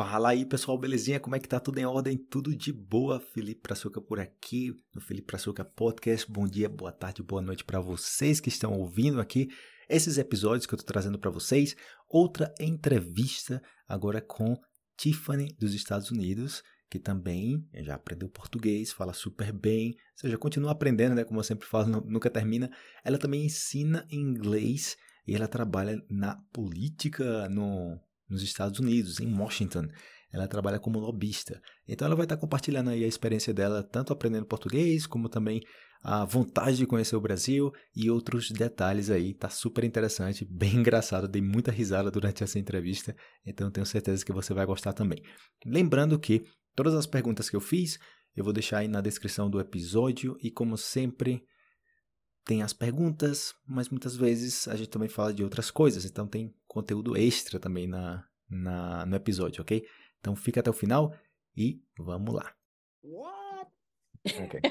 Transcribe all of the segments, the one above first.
Fala aí, pessoal, belezinha? Como é que tá? Tudo em ordem? Tudo de boa? Felipe Brazuca por aqui, no Felipe Brazuca Podcast. Bom dia, boa tarde, boa noite para vocês que estão ouvindo aqui esses episódios que eu tô trazendo para vocês. Outra entrevista agora com Tiffany dos Estados Unidos, que também já aprendeu português, fala super bem, ou seja, continua aprendendo, né? Como eu sempre falo, nunca termina. Ela também ensina inglês e ela trabalha na política nos Estados Unidos, em Washington. Ela trabalha como lobista. Então ela vai estar compartilhando aí a experiência dela, tanto aprendendo português, como também a vontade de conhecer o Brasil e outros detalhes aí. Tá super interessante, bem engraçado, dei muita risada durante essa entrevista, então tenho certeza que você vai gostar também. Lembrando que todas as perguntas que eu fiz, eu vou deixar aí na descrição do episódio e como sempre, tem as perguntas, mas muitas vezes a gente também fala de outras coisas, então tem conteúdo extra também no episódio, ok? Então fica até o final e vamos lá. What? Ok.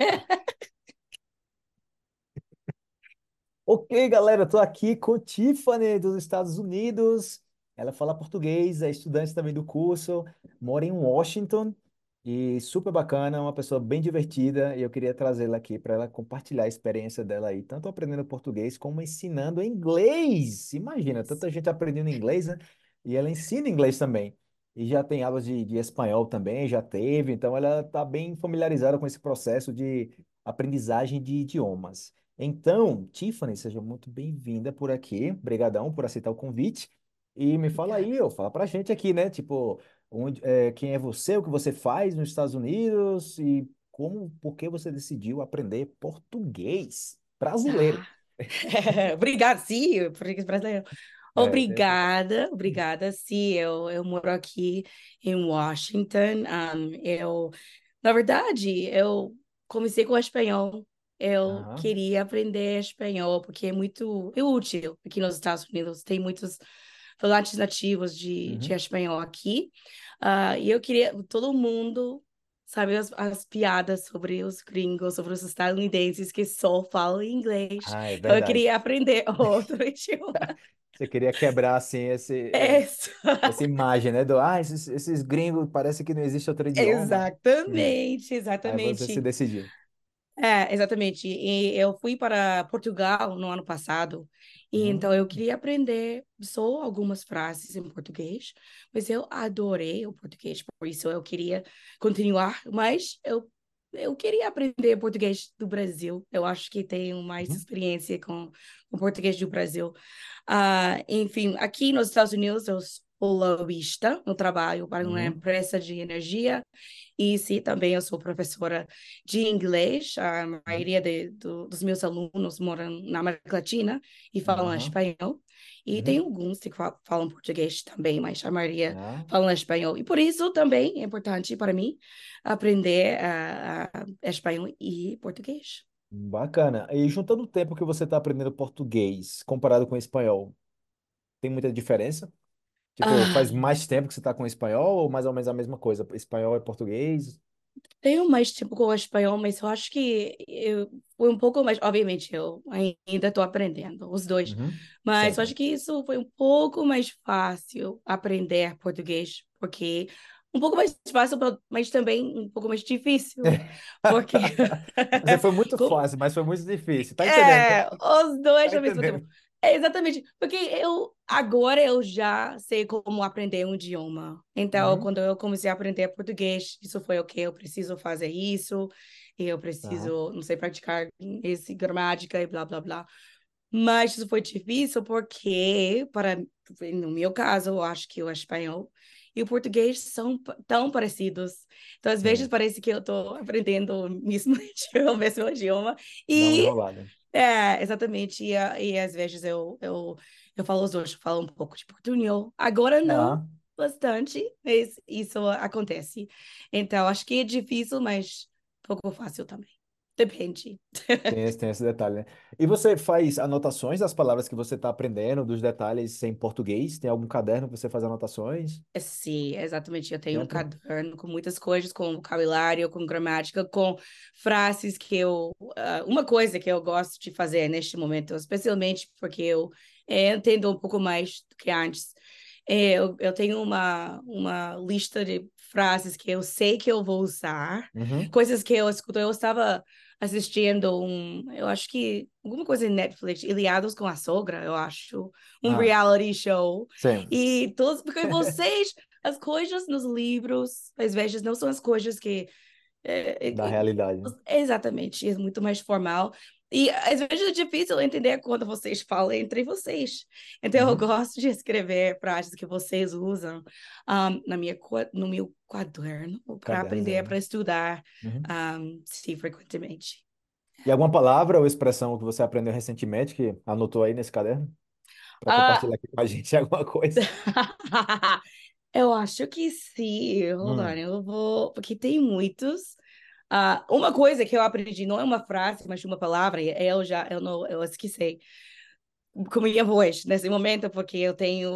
Ok, galera, tô aqui com Tiffany dos Estados Unidos. Ela fala português, é estudante também do curso, mora em Washington e super bacana, uma pessoa bem divertida. E eu queria trazê-la aqui para ela compartilhar a experiência dela aí, tanto aprendendo português como ensinando inglês. Imagina, tanta gente aprendendo inglês, né? E ela ensina inglês também. E já tem aulas de espanhol também, já teve, então ela está bem familiarizada com esse processo de aprendizagem de idiomas. Então, Tiffany, seja muito bem-vinda por aqui. Obrigadão por aceitar o convite. E me fala Obrigada. aí, fala pra gente aqui, né? Tipo, quem é você, o que você faz nos Estados Unidos e por que você decidiu aprender português brasileiro? Ah, obrigada, sim, português brasileiro. Tem essa parte. Obrigada, sim, eu moro aqui em Washington. Na verdade, eu comecei com espanhol. Eu Aham. queria aprender espanhol porque é útil aqui nos Estados Unidos. Tem muitos falantes nativos de Uhum. espanhol aqui. E eu queria, todo mundo sabe as piadas sobre os gringos, sobre os estadunidenses que só falam inglês. Ah, é Então eu verdade. queria aprender outro idioma. Você queria quebrar, assim, É, essa imagem, né? Esses gringos, parece que não existe outro idioma. Uhum. exatamente, Aí você se exatamente. decidiu. Exatamente. E eu fui para Portugal no ano passado, e então eu Hum. queria aprender só algumas frases em português, mas eu adorei o português, por isso eu queria continuar, mas eu queria aprender português do Brasil. Eu acho que tenho mais Uhum. experiência com o português do Brasil. Enfim, aqui nos Estados Unidos eu sou lobista, eu trabalho para uma Uhum. empresa de energia e sim, também eu sou professora de inglês. A Uhum. maioria dos meus alunos moram na América Latina e falam Aham. espanhol. E tem Uhum. alguns que falam português também, mas a maioria Ah, falam espanhol. E por isso também é importante para mim aprender espanhol e português. bacana. E juntando o tempo que você está aprendendo português comparado com o espanhol, tem muita diferença? Tipo, Ah, faz mais tempo que você está com o espanhol ou mais ou menos a mesma coisa? Espanhol e português? tenho mais tempo com o espanhol, mas eu acho que eu foi um pouco mais. Obviamente, eu ainda estou aprendendo os dois, Uhum. mas eu Sempre. acho que isso foi um pouco mais fácil aprender português, porque um pouco mais fácil, mas também um pouco mais difícil, porque Você foi muito como- fácil, mas foi muito difícil. Tá entendendo? os dois Tá ao mesmo tempo. entendendo? Exatamente, porque agora eu já sei como aprender um idioma. Então, Uhum. quando eu comecei a aprender português, isso foi ok, eu preciso fazer isso, e eu Tá. preciso, não sei, praticar esse gramática e blá blá blá. Mas isso foi difícil porque, no meu caso, eu acho que o espanhol e o português são tão parecidos. Então, às vezes Sim. parece que eu estou aprendendo o mesmo, o mesmo idioma. Dá uma E, enrolada. exatamente. E às vezes eu falo os dois, eu falo um pouco de portunhol. Agora não, Ah. bastante, mas isso acontece. Então, acho que é difícil, mas pouco fácil também. Depende. Tem esse detalhe, né? E você faz anotações das palavras que você está aprendendo, dos detalhes em português? Tem algum caderno que você faz anotações? Sim, exatamente. Eu tenho um Sempre? caderno com muitas coisas, com vocabulário, com gramática, com frases que uma coisa que eu gosto de fazer neste momento, especialmente porque eu entendo um pouco mais do que antes, Eu tenho uma lista de frases que eu sei que eu vou usar, Uhum. coisas que eu escuto. Eu estava assistindo eu acho que alguma coisa em Netflix, Ilhados com a Sogra, eu acho, um Ah, reality show. sim, E todos, porque as coisas nos livros, às vezes, não são as coisas que da realidade. exatamente, é muito mais formal. E às vezes é difícil entender quando vocês falam entre vocês. Então eu Uhum. gosto de escrever frases que vocês usam no meu caderno para aprender, Caderno. para estudar, Uhum. sim, frequentemente. E alguma palavra ou expressão que você aprendeu recentemente que anotou aí nesse caderno para Ah, compartilhar aqui com a gente alguma coisa? eu acho que sim. Hold on, Hum. eu vou. Porque tem muitos. Uma coisa que eu aprendi, não é uma frase, mas uma palavra, e eu esqueci com minha voz nesse momento, porque eu tenho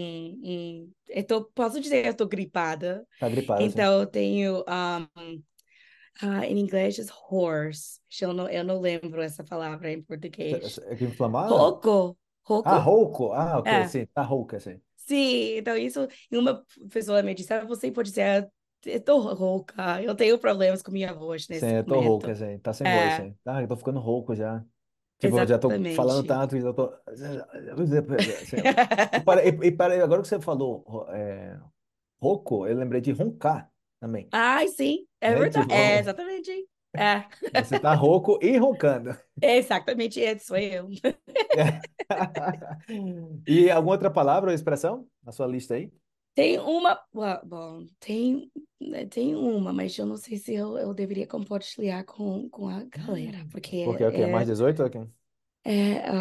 posso dizer que eu estou gripada, Tá gripada, assim. então eu tenho, em inglês, é horse, eu não lembro essa palavra em português. É que inflamada? Rouco, Ah, rouco? rouco. Ah, ok, É, sim. Tá rouca, assim. sim, então isso, e uma pessoa me disse, você pode dizer, eu tô rouca, eu tenho problemas com minha voz Sim, nesse eu tô rouca, momento. assim. Tá sem voz, É, sim. Ah, eu tô ficando rouco já. Tipo, eu já tô falando exatamente. tanto e já tô. Assim, agora que você falou rouco, eu lembrei de roncar também. Ai, sim, é Né? verdade. Tipo, É, exatamente. É, você tá rouco e roncando. é exatamente isso, sou eu. E alguma outra palavra ou expressão na sua lista aí? Tem uma, bom, tem uma, mas eu não sei se eu deveria compartilhar com a galera, porque Porque é o quê? Mais 18 ou o quê? é,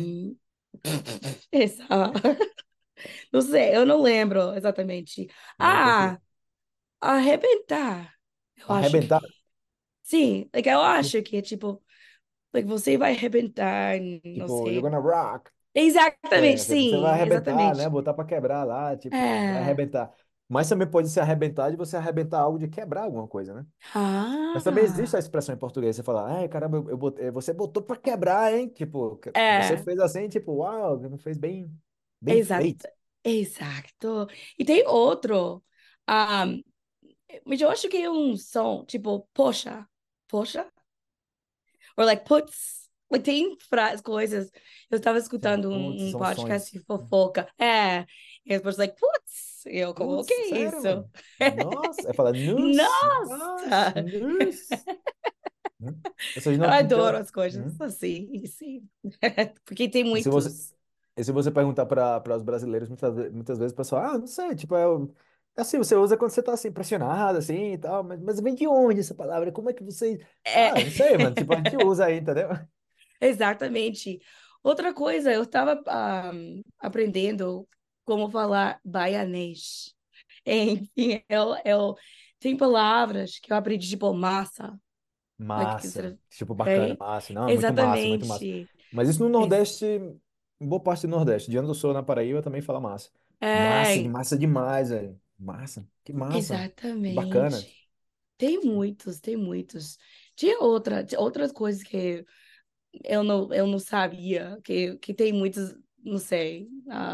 essa, não sei, eu não lembro exatamente. Não, tem que Ah, arrebentar, eu acho arrebentar. que, sim, eu Tipo, acho que é tipo, você vai arrebentar, não tipo, you're sei. gonna rock. Exatamente, É, você vai sim, arrebentar, né? exatamente. Botar pra quebrar lá, tipo, vai É. arrebentar. Mas também pode ser arrebentar de você arrebentar algo de quebrar alguma coisa, né? Mas também existe a Ah, expressão em português, você fala, ai, caramba, você botou pra quebrar, hein? Tipo, você é, fez assim, tipo, uau, não fez bem, bem exato, feito. exato. E tem outro, ah, mas eu acho que é um som, tipo, poxa, poxa, or like, putz, like, tem coisas, eu estava Sim, escutando putz, um são podcast sons. de fofoca, e as pessoas like, putz, e eu como, o que Putz, é sério, isso? mano? Nossa, aí fala, nossa, nossa, Nossa, nossa. Ou seja, eu não, adoro as coisas Uhum. assim, sim, porque tem E se você, muitos. e se você perguntar para os brasileiros, muitas vezes o pessoal, não sei, tipo, é assim, você usa quando você tá assim, impressionado, assim, e tal, mas vem de onde essa palavra? Como é que você... É. Não sei, mano, tipo, a gente usa aí, entendeu? Exatamente. Outra coisa, eu estava aprendendo como falar baianês. Enfim, tem palavras que eu aprendi, tipo massa. Like, Massa, tipo, bacana, right? massa, não, muito massa, muito massa. Exatamente. Mas isso no Ex- Nordeste, em boa parte do Nordeste, de onde eu sou, na Paraíba, também fala massa. Massa, É, massa demais, velho. Massa, que massa, que bacana. exatamente. Tem muitos, tem muitos. Tinha outras coisas que eu não sabia, que tem muitos, não sei,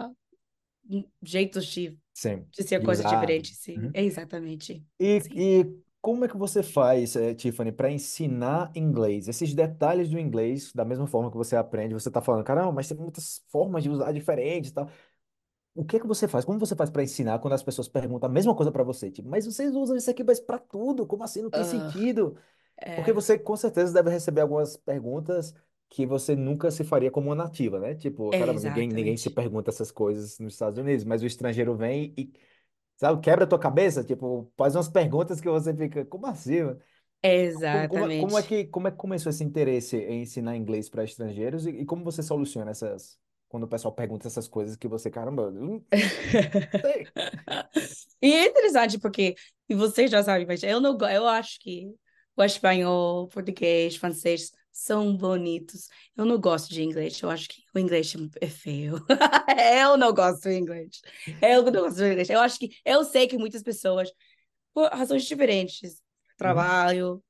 jeitos Sim, de ser de coisas usar. diferentes, sim. Uhum. Exatamente. Sim. E como é que você faz, Tiffany, para ensinar inglês? Esses detalhes do inglês, da mesma forma que você aprende, você está falando, caramba, mas tem muitas formas de usar diferentes e tal. O que é que você faz? Como você faz para ensinar quando as pessoas perguntam a mesma coisa para você? Tipo, mas vocês usam isso aqui mas para tudo? Como assim? Não tem Ah, sentido? Porque é, você com certeza deve receber algumas perguntas que você nunca se faria como uma nativa, né? Tipo, caramba, ninguém se exatamente. pergunta essas coisas nos Estados Unidos, mas o estrangeiro vem e, sabe, quebra a tua cabeça, tipo, faz umas perguntas que você fica, como assim, mano? Exatamente. Como é que começou esse interesse em ensinar inglês para estrangeiros e como você soluciona quando o pessoal pergunta essas coisas que você, caramba, eu não sei. E é interessante porque, e você já sabe, mas eu acho que o espanhol, o português, o francês são bonitos. Eu não gosto de inglês, eu acho que o inglês é feio. Eu não gosto do inglês. Eu não gosto do inglês. Eu acho que, eu sei que muitas pessoas, por razões diferentes, Uhum. trabalho,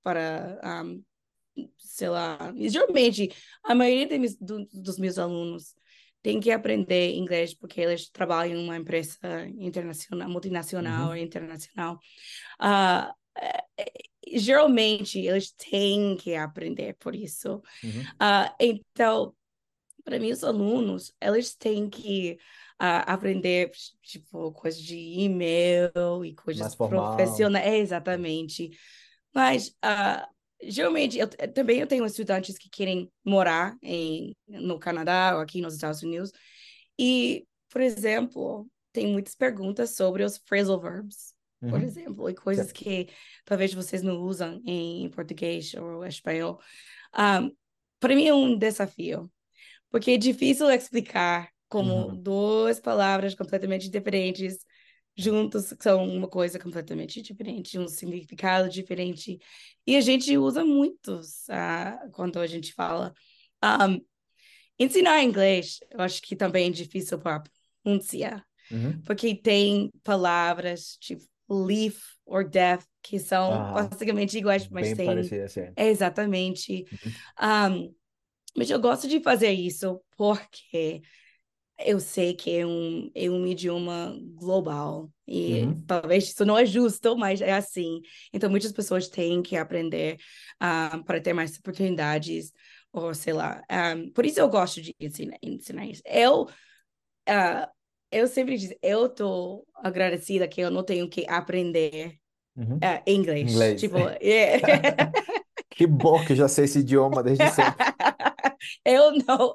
sei lá, e geralmente a maioria dos meus alunos têm que aprender inglês porque eles trabalham em uma empresa internacional, multinacional ou Uhum. internacional. Ah, geralmente, eles têm que aprender por isso. Uhum. Então, para mim, os alunos, eles têm que aprender, tipo, coisas de e-mail e coisas Mais formal. profissionais. É, exatamente. Mas, geralmente, também eu tenho estudantes que querem morar no Canadá ou aqui nos Estados Unidos. E, por exemplo, tem muitas perguntas sobre os phrasal verbs, por Uhum. exemplo, e coisas Certo. que talvez vocês não usam em português ou espanhol. Para mim é um desafio, porque é difícil explicar como Uhum. duas palavras completamente diferentes juntas são uma coisa completamente diferente, um significado diferente. E a gente usa muitos quando a gente fala. Um, ensinar inglês, eu acho que também é difícil para pronunciar, Uhum. porque tem palavras tipo leaf or death que são Aham. basicamente iguais, mas Bem tem parecido, assim. exatamente. Uhum. Um, mas eu gosto de fazer isso porque eu sei que é um idioma global e Uhum. talvez isso não é justo, mas é assim. Então, muitas pessoas têm que aprender para ter mais oportunidades, ou sei lá. Por isso eu gosto de ensinar isso. Ah, eu sempre digo, eu tô agradecida que eu não tenho que aprender Uhum. inglês. Inglês. Tipo, é. Que bom que eu já sei esse idioma desde sempre. Eu não,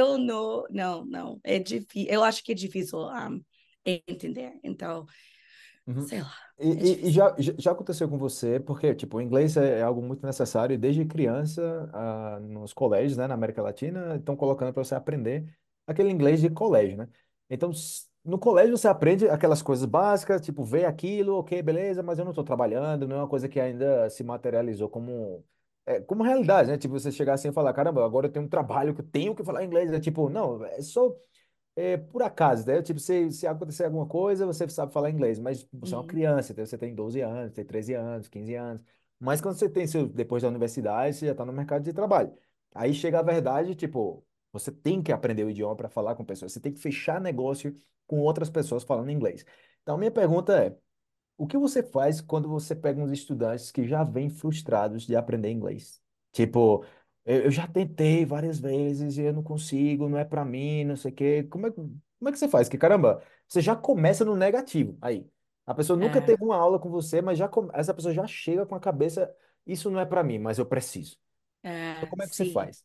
não. É difícil. Eu acho que é difícil entender. Então, Uhum. sei lá, E, é e difícil. já aconteceu com você, porque, tipo, o inglês é algo muito necessário e desde criança, nos colégios, né, na América Latina, estão colocando para você aprender aquele inglês de colégio, né? Então, no colégio você aprende aquelas coisas básicas, tipo, ver aquilo, ok, beleza, mas eu não estou trabalhando, não é uma coisa que ainda se materializou como realidade, né? Tipo, você chegar assim e falar, caramba, agora eu tenho um trabalho que eu tenho que falar inglês. É tipo, não, é só por acaso, né? Tipo, se acontecer alguma coisa, você sabe falar inglês, mas você é uma Uhum. criança, então você tem 12 anos, tem 13 anos, 15 anos. Mas quando você tem depois da universidade, você já está no mercado de trabalho. Aí chega a verdade, tipo, você tem que aprender o idioma para falar com pessoas, você tem que fechar negócio com outras pessoas falando inglês. Então, minha pergunta é, o que você faz quando você pega uns estudantes que já vêm frustrados de aprender inglês? Tipo, eu já tentei várias vezes e eu não consigo, não é pra mim, não sei o quê. Como é que você faz? Que caramba, você já começa no negativo. Aí, a pessoa nunca É, teve uma aula com você, mas essa pessoa já chega com a cabeça, isso não é pra mim, mas eu preciso. Então, como é que você sim. faz?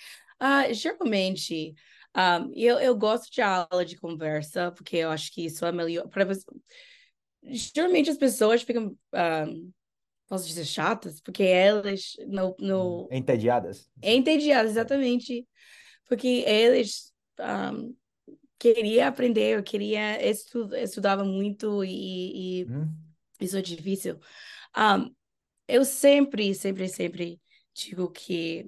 Geralmente, eu gosto de aula de conversa, porque eu acho que isso é melhor. Geralmente as pessoas ficam, posso dizer, chatas, porque elas Entediadas? Assim. entediam É. exatamente, porque eles queria aprender, eu queria estudava muito e Uhum. isso é difícil. Um, eu sempre digo que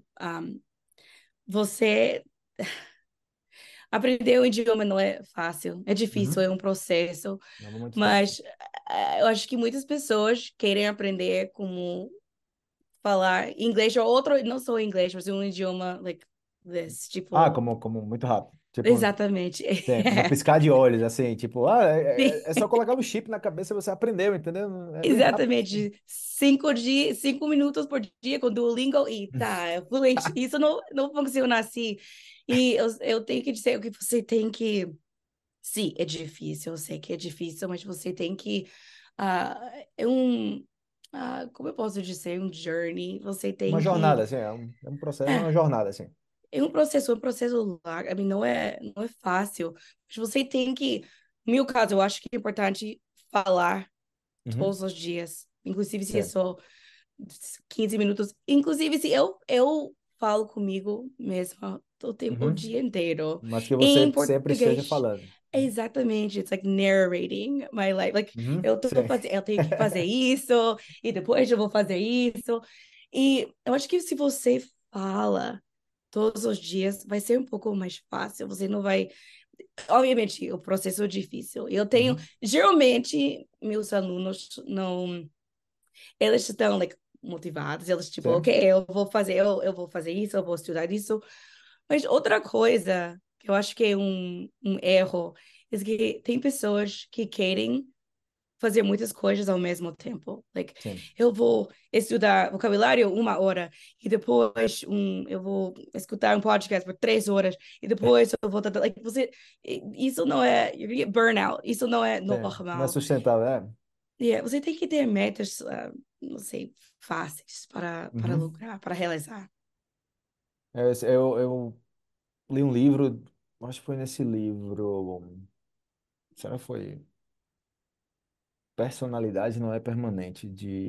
você aprender um idioma não é fácil, é difícil, é Uhum. um processo, Não é muito fácil. mas eu acho que muitas pessoas querem aprender como falar inglês ou outro, não só inglês, mas um idioma like this, Ah, tipo, como muito rápido. Tipo, exatamente. sim, no piscar de olhos, assim, tipo, Sim. é só colocar um chip na cabeça e você aprendeu, entendeu? É bem rápido assim. Exatamente. 5 minutos por dia com Duolingo e tá, é fluente. Isso não funciona assim. E eu tenho que dizer que você tem que. Sim, é difícil, eu sei que é difícil, mas você tem que. É um. Como eu posso dizer? Um journey. Você tem Uma que. jornada, assim, é um processo, é uma É, jornada, assim. é um processo largo. I mean, não é fácil. Mas você tem que. No meu caso, eu acho que é importante falar Uhum. todos os dias. Inclusive, se é Sim. só 15 minutos. Inclusive, se eu falo comigo mesma o Uhum. dia inteiro Mas que em você sempre esteja português. falando. Exatamente, it's like narrating my life. Like, Uhum. Sim. eu tenho que fazer isso, e depois eu vou fazer isso. E eu acho que se você fala todos os dias, vai ser um pouco mais fácil. Você não vai. Obviamente, o processo é difícil. Eu tenho. Uhum. Geralmente, meus alunos não eles estão like, motivados, eles tipo, ok, Sim. eu vou fazer isso, eu vou estudar isso. Mas outra coisa que eu acho que é um erro, é que tem pessoas que querem fazer muitas coisas ao mesmo tempo. Like, Sim. eu vou estudar vocabulário 1 hora e depois eu vou escutar um podcast por 3 horas e depois eu vou like, isso não é you get burnout, isso não é Não é normal. sustentável, é? Você tem que ter metas, não sei, fáceis para Uhum. lograr, para realizar. Eu li um livro, acho que foi nesse livro, será que foi Personalidade Não É Permanente,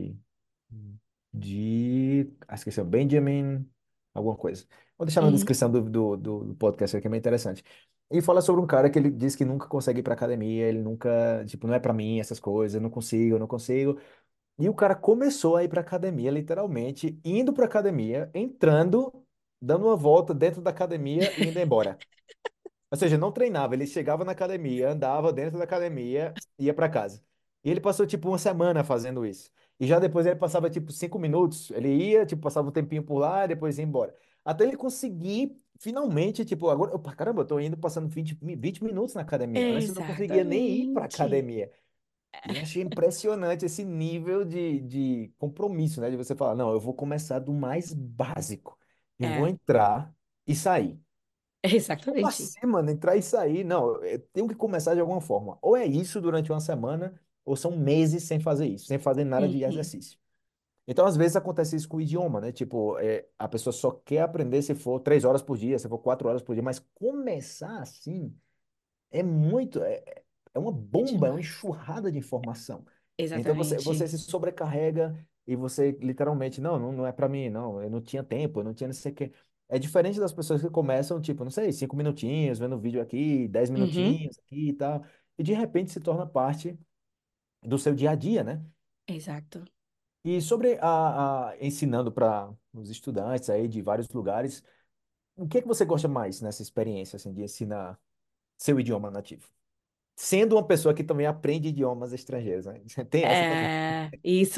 esqueci, Benjamin, alguma coisa. Vou deixar na Uhum. descrição do podcast aqui, é bem interessante. E fala sobre um cara que ele diz que nunca consegue ir pra academia, ele nunca, tipo, não é pra mim essas coisas, eu não consigo, eu não consigo. E o cara começou a ir pra academia, literalmente, indo pra academia, entrando, dando uma volta dentro da academia e indo embora. Ou seja, não treinava, ele chegava na academia, andava dentro da academia, ia para casa. E ele passou tipo uma semana fazendo isso. E já depois ele passava tipo 5 minutos, ele ia, tipo, passava um tempinho por lá, depois ia embora. Até ele conseguir, finalmente, tipo, agora, opa, caramba, eu tô indo passando 20 minutos na academia. Antes eu não conseguia nem ir para Exatamente. academia. E eu achei impressionante esse nível de compromisso, né? De você falar, não, eu vou começar do mais básico. Eu vou É, entrar e sair. Como exatamente. assim, mano? Entrar e sair? Não, eu tenho que começar de alguma forma. Ou é isso durante uma semana, ou são meses sem fazer isso, sem fazer nada de Uhum. exercício. Então, às vezes acontece isso com o idioma, né? Tipo, a pessoa só quer aprender se for 3 horas por dia, se for 4 horas por dia, mas começar assim é muito, é uma É bomba, é uma demais. enxurrada de informação. Então você Exatamente. se sobrecarrega e você literalmente, não é para mim, não, eu não tinha tempo, eu não tinha não sei o quê. É diferente das pessoas que começam, tipo, não sei, 5 minutinhos, vendo vídeo aqui, dez Uhum. minutinhos aqui e tal, e de repente se torna parte do seu dia a dia, né? Exato. E sobre ensinando para os estudantes aí de vários lugares, o que é que você gosta mais nessa experiência, assim, de ensinar seu idioma nativo? Sendo uma pessoa que também aprende idiomas estrangeiros, né? Tem essa também. Isso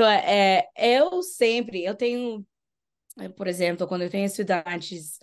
eu tenho, por exemplo, quando eu tenho estudantes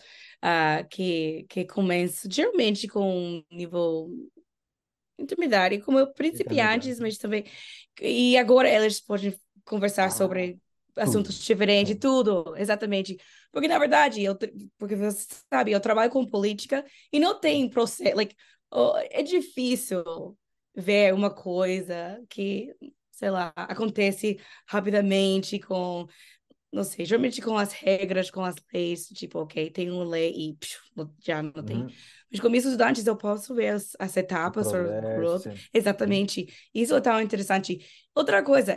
que começam geralmente com um nível intermediário, como Intermediário. principiantes, mas também, e agora eles podem conversar Ah, sobre assuntos tudo. diferentes, Sim. tudo, exatamente. Porque, na verdade, porque você sabe, eu trabalho com política e não tem processo, é difícil ver uma coisa que, sei lá, acontece rapidamente não sei, geralmente com as regras, com as leis, tipo, ok, tem uma lei e já não tem. Uhum. Mas com meus estudantes eu posso ver as O etapas, o progresso, growth, sim. Uhum. exatamente. Isso é tão interessante. Outra coisa,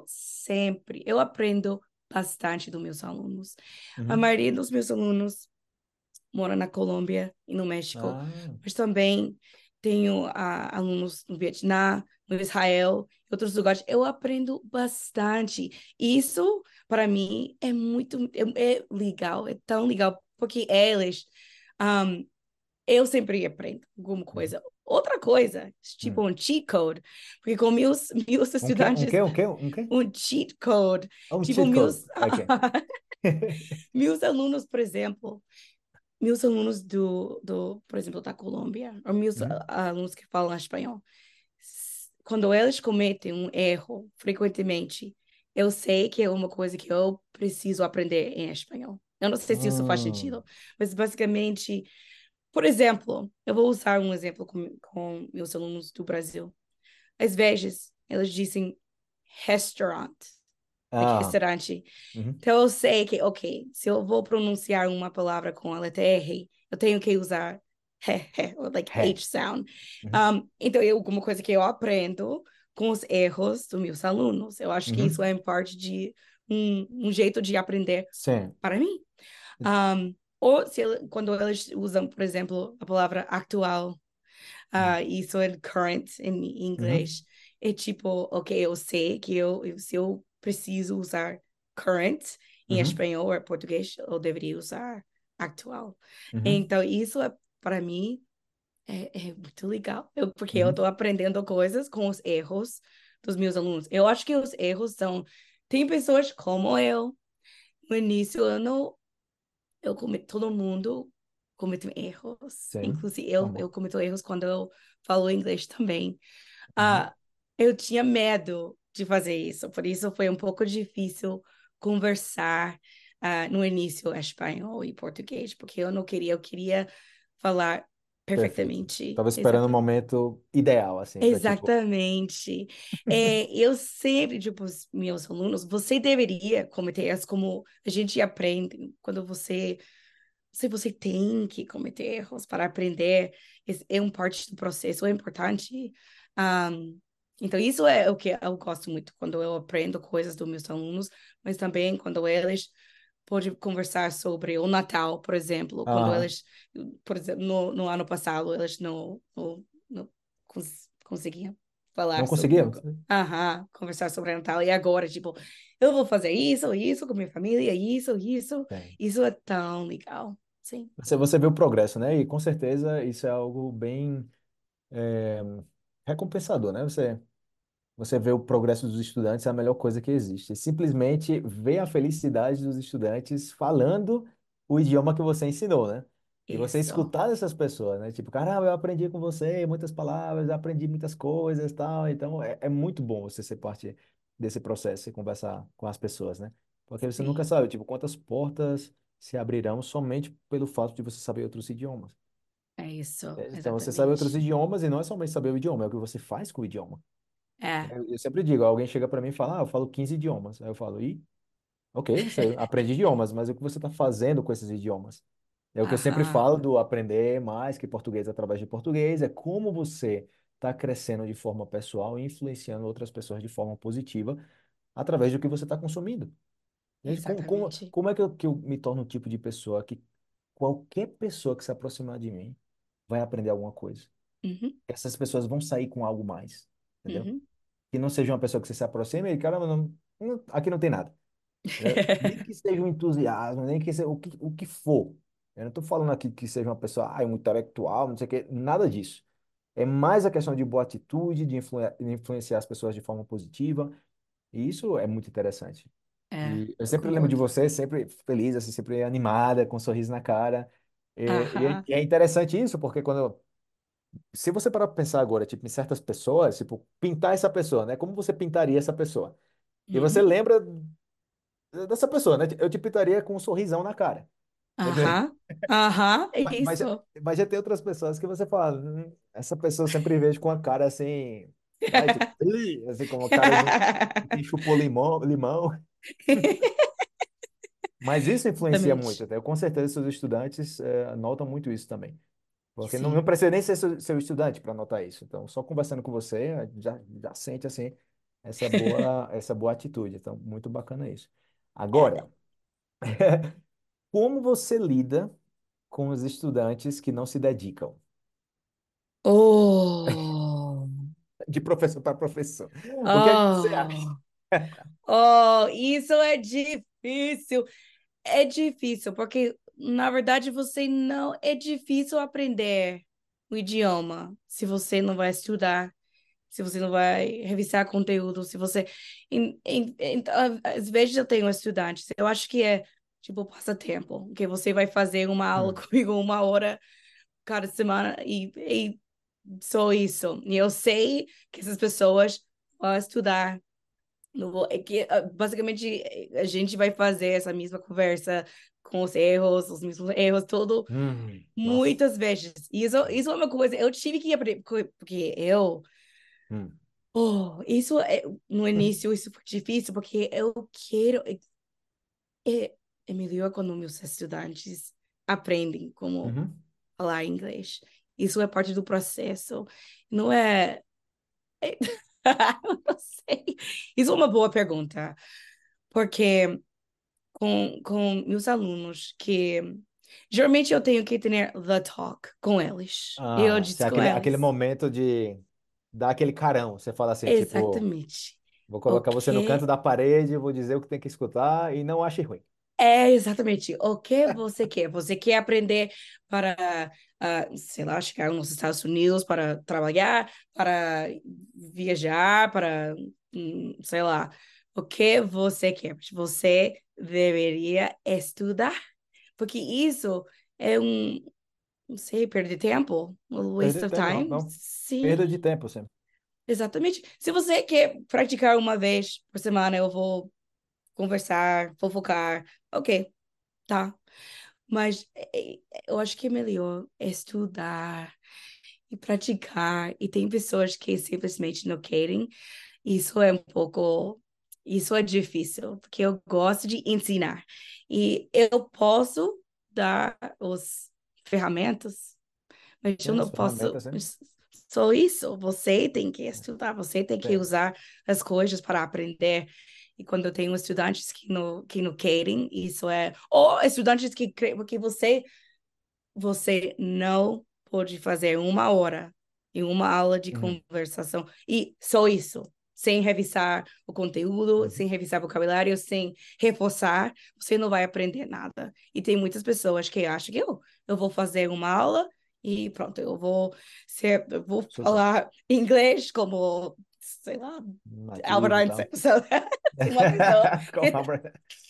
eu aprendo bastante dos meus alunos. A Uhum. maioria dos meus alunos mora na Colômbia e no México, Ah, mas também tenho alunos no Vietnã, no Israel, em outros lugares. Eu aprendo bastante. Isso, para mim, é muito é legal, é tão legal, porque eles, um, eu sempre aprendo alguma uhum. coisa. Outra coisa, tipo Hum. um cheat code, porque com meus Um quê? Um estudantes, quê? Um quê? Um quê? um cheat code, Um tipo cheat code. meus, Ok. meus alunos, por exemplo, meus alunos por exemplo, da Colômbia, ou meus Uhum. alunos que falam espanhol, quando eles cometem um erro frequentemente, eu sei que é uma coisa que eu preciso aprender em espanhol. Eu não sei se isso faz Hum. sentido, mas basicamente, por exemplo, eu vou usar um exemplo com meus alunos do Brasil. Às vezes, eles dizem restaurant, like Ah. restaurante. Uhum. Então eu sei que, ok, se eu vou pronunciar uma palavra com a letra R, eu tenho que usar or like Ré. H sound. Uhum. Então, uma coisa que eu aprendo com os erros dos meus alunos. Eu acho que isso Uhum. é em parte de um jeito de aprender Sim. para mim. Ou quando eles usam, por exemplo, a palavra atual, Hum. isso é current em Uhum. inglês. É tipo, ok, eu sei que se eu preciso usar current em Uhum. espanhol ou português, eu deveria usar atual. Uhum. Então, isso para mim, é muito legal, porque eu Uhum. estou aprendendo coisas com os erros dos meus alunos. Eu acho que os erros são. Tem pessoas como eu, no início, todo mundo cometo erros. Sim, Inclusive, eu normal. cometo erros quando eu falo inglês também. Uhum. Ah, eu tinha medo de fazer isso, por isso foi um pouco difícil conversar no início espanhol e português, porque eu queria falar Perfeito. perfeitamente, Tava esperando o exatamente. momento ideal, assim, para tipo. Exatamente. Eu sempre digo os meus alunos, você deveria cometer erros como a gente aprende quando você tem que cometer erros para aprender, esse é um parte do processo, é importante. Um, então, isso é o que eu gosto muito quando eu aprendo coisas dos meus alunos, mas também quando eles podem conversar sobre o Natal, por exemplo, quando Aham. eles, por exemplo, no ano passado, eles não conseguiam Não falar sobre, conseguimos? conversar sobre o Natal, e agora, tipo, eu vou fazer isso com minha família, isso. Tem. Isso é tão legal. Sim, Você vê o progresso, né? E com certeza isso é algo bem recompensador, né? Você vê o progresso dos estudantes é a melhor coisa que existe. Simplesmente ver a felicidade dos estudantes falando o idioma que você ensinou, né? E você isso. escutar dessas pessoas, né? Tipo, caramba, eu aprendi com você muitas palavras, eu aprendi muitas coisas, tal. Então, é muito bom você ser parte desse processo e conversar com as pessoas, né? Porque você nunca Sim, sabe, tipo, quantas portas se abrirão somente pelo fato de você saber outros idiomas. é isso, Então, você sabe outros exatamente. idiomas e não é somente saber o idioma, é o que você faz com o idioma. É, Eu sempre digo, alguém chega para mim e fala, eu falo 15 idiomas. Aí eu falo, ok, você aprende idiomas, mas o que você está fazendo com esses idiomas? É o que eu sempre aham, falo do aprender mais que português através de português, é como você está crescendo de forma pessoal e influenciando outras pessoas de forma positiva através do que você está consumindo. Né? exatamente. Como é que eu me torno o tipo de pessoa que qualquer pessoa que se aproximar de mim vai aprender alguma coisa? Uhum, Essas pessoas vão sair com algo mais, entendeu? uhum. Que não seja uma pessoa que você se aproxima e, caramba, aqui não tem nada. Né? Nem que seja um entusiasmo, nem que seja o que for. Eu não estou falando aqui que seja uma pessoa, um intelectual, não sei o quê, nada disso. É mais a questão de boa atitude, de influenciar as pessoas de forma positiva, e isso é muito interessante. É, E eu eu sempre lembro de concordo. você, sempre feliz, assim, sempre animada, com um sorriso na cara. Aham, E é interessante isso, porque se você parar para pensar agora, tipo, em certas pessoas, tipo, pintar essa pessoa, né? Como você pintaria essa pessoa? E você uhum, lembra dessa pessoa, né? Eu te pintaria com um sorrisão na cara. Entendeu? aham, aham, é Mas, mas, isso. mas já tem outras pessoas que você fala, essa pessoa eu sempre vejo com a cara assim, vai, tipo, "Ih", assim, como a cara de quem chupou limão. Mas isso influencia muito, Exatamente. até. Com certeza seus estudantes notam muito isso também. Porque não Sim, precisa nem ser seu estudante para notar isso. Então, só conversando com você, já sente assim essa boa atitude. Então, muito bacana isso. é. Agora, como você lida com os estudantes que não se dedicam? Oh, De professor para professor. O que é que você acha? oh, oh, isso é difícil. É difícil, porque na verdade você não. É difícil aprender o idioma se você não vai estudar, se você não vai revisar conteúdo, se você. Às vezes eu tenho estudantes, eu acho que é tipo passatempo, que você vai fazer uma aula Hum, comigo 1 hora cada semana e só isso. E eu sei que essas pessoas vão estudar. É que, basicamente, a gente vai fazer essa mesma conversa com os mesmos erros, tudo, nossa. muitas vezes. Isso é uma coisa, eu tive que aprender, porque eu, Hum, isso no início, isso foi difícil, porque eu quero, é melhor quando meus estudantes aprendem como uhum, falar inglês. Isso é parte do processo, não é, eu não sei. Isso é uma boa pergunta, porque com meus alunos que geralmente eu tenho que ter the talk com eles. Eu se disse com aquele eles. momento de dar aquele carão, você fala assim, tipo, Exatamente. vou colocar você no canto Ok. da parede, vou dizer o que tem que escutar e não ache ruim. É exatamente. O que você quer? Você quer aprender para, sei lá, chegar nos Estados Unidos para trabalhar, para viajar, para, sei lá. O que você quer? Você deveria estudar, porque isso é um. não sei, perder tempo, a waste Perder of tempo, não, time. não. Perda de Sim, tempo, sempre. exatamente. Se você quer praticar uma vez por semana, eu vou conversar, fofocar, ok, tá. Mas eu acho que é melhor estudar e praticar. E tem pessoas que simplesmente não querem. Isso é um pouco. Isso é difícil, porque eu gosto de ensinar. E eu posso dar os ferramentas, mas eu Tem as não posso. ferramentas, sempre. Só isso. Você tem que estudar, você tem que Tem. usar as coisas para aprender. E quando eu tenho estudantes que não querem, isso é. Ou estudantes que você não pode fazer 1 hora em uma aula de Uhum. conversação. E só isso. Sem revisar o conteúdo, Uhum. sem revisar vocabulário, sem reforçar, você não vai aprender nada. E tem muitas pessoas que acham que eu vou fazer uma aula e pronto, eu vou Super. falar inglês como, sei lá, Albert Nativo e Einstein, tal. sabe? Uma pessoa Com a-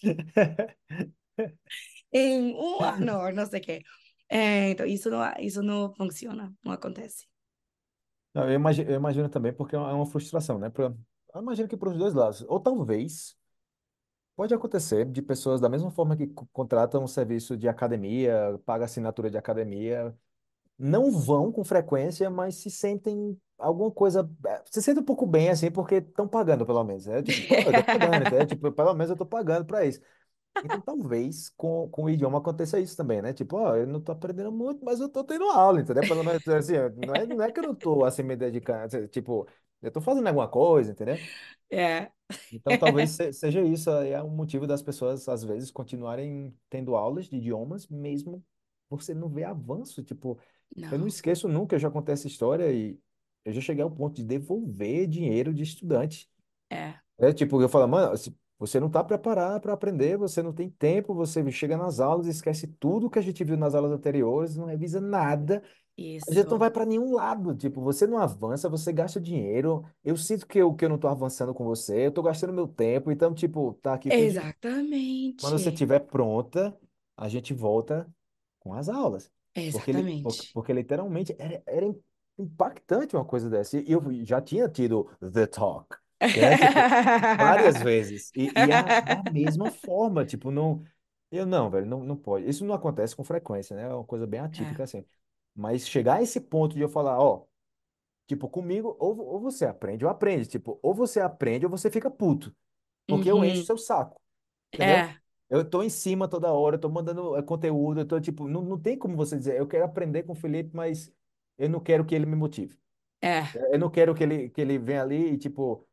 em 1 ano, não sei o quê. Então, isso não funciona, não acontece. Não, eu imagino também, porque é uma frustração, né? Eu imagino que para os dois lados. Ou talvez, pode acontecer de pessoas, da mesma forma que contratam um serviço de academia, paga assinatura de academia, não vão com frequência, mas se sentem alguma coisa, se sentem um pouco bem, assim, porque estão pagando, pelo menos. É tipo, pô, eu tô pagando, entendeu? Tipo, pelo menos eu tô pagando para isso. Então, talvez com o idioma aconteça isso também, né? Tipo, ó, eu não tô aprendendo muito, mas eu tô tendo aula, entendeu? Pelo menos, assim, não é que eu não tô, assim, me dedicando, assim, tipo, eu tô fazendo alguma coisa, entendeu? É. Então, talvez seja isso, aí é um motivo das pessoas, às vezes, continuarem tendo aulas de idiomas, mesmo você não vê avanço. Tipo, eu não Não, esqueço nunca, eu já contei essa história e eu já cheguei ao ponto de devolver dinheiro de estudante. é, É tipo, eu falo, mano, se você não está preparado para aprender, você não tem tempo, você chega nas aulas, esquece tudo que a gente viu nas aulas anteriores, não revisa nada, a gente não isso. vai para nenhum lado. Tipo, você não avança, você gasta dinheiro. Eu sinto que eu não estou avançando com você, eu estou gastando meu tempo. Então, tipo, tá aqui o teu dinheiro. Quando você Exatamente. estiver pronta, a gente volta com as aulas. Exatamente. Porque literalmente era impactante uma coisa dessa. E eu já tinha tido The Talk, né? Tipo, várias vezes. Da mesma forma, tipo, não. Eu não, velho, não pode. Isso não acontece com frequência, né? É uma coisa bem É. atípica assim. Mas chegar a esse ponto de eu falar, ó, tipo, comigo, ou você aprende ou aprende. Tipo, ou você aprende ou você fica puto. Porque eu encho o Uhum. seu saco, entendeu? É, Eu tô em cima toda hora, eu tô mandando conteúdo, eu tô tipo, não tem como você dizer, eu quero aprender com o Felipe, mas eu não quero que ele me motive. é. Eu não quero que ele venha ali e,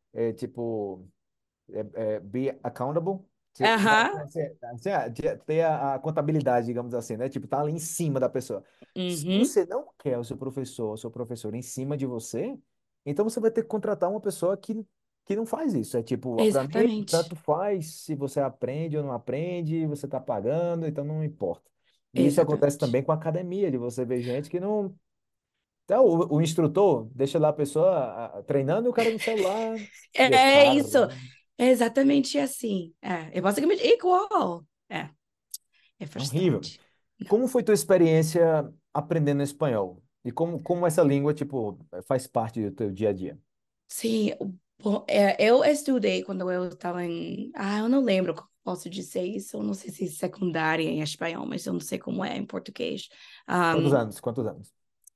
be accountable, Aham. ter a contabilidade, digamos assim, né? Tipo, tá ali em cima da pessoa. Se Uhum. você não quer o seu professor em cima de você, então você vai ter que contratar uma pessoa que não faz isso. É tipo, para mim, Exatamente. tanto faz se você aprende ou não aprende, você tá pagando, então não importa. E isso acontece Exatamente. também com a academia, de você ver gente que não. Então, o instrutor deixa lá a pessoa treinando e o cara no celular. E eu, É cara. isso. É exatamente assim. É basicamente igual. É É horrível. frustrante. Não. Como foi tua experiência aprendendo espanhol? E como essa língua, tipo, faz parte do teu dia a dia? Sim, bom, eu estudei quando eu estava em. Eu não lembro como posso dizer isso. Eu não sei se secundária em espanhol, mas eu não sei como é em português. Quantos Um, anos? Quantos anos?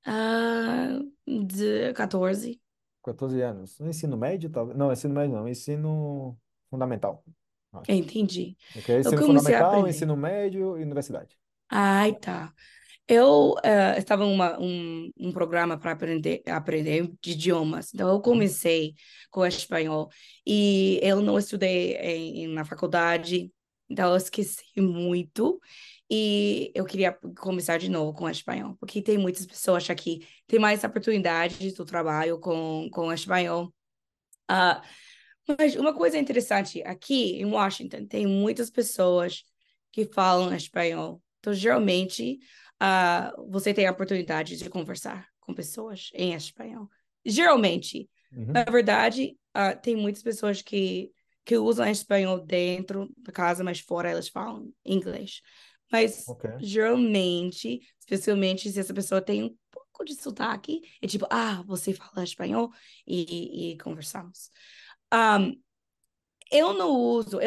de 14. 14 anos. No ensino médio, talvez? Não, ensino médio não. Ensino fundamental, acho. Entendi. Ok? Eu Ensino comecei a fundamental, aprender. ensino médio e universidade. Ai, tá. Eu estava em um programa para aprender de idiomas. Então, eu Uhum. comecei com espanhol. E eu não estudei na faculdade. Então, eu esqueci muito. E eu queria começar de novo com espanhol. Porque tem muitas pessoas aqui que têm mais oportunidades do trabalho com espanhol. Ah, mas uma coisa interessante, aqui em Washington, tem muitas pessoas que falam espanhol. Então, geralmente, você tem a oportunidade de conversar com pessoas em espanhol. Geralmente, na Uhum. verdade, tem muitas pessoas que usam espanhol dentro da casa, mas fora elas falam inglês. Mas Ok. geralmente, especialmente se essa pessoa tem um pouco de sotaque, é tipo, você fala espanhol e conversamos. Um, eu não uso,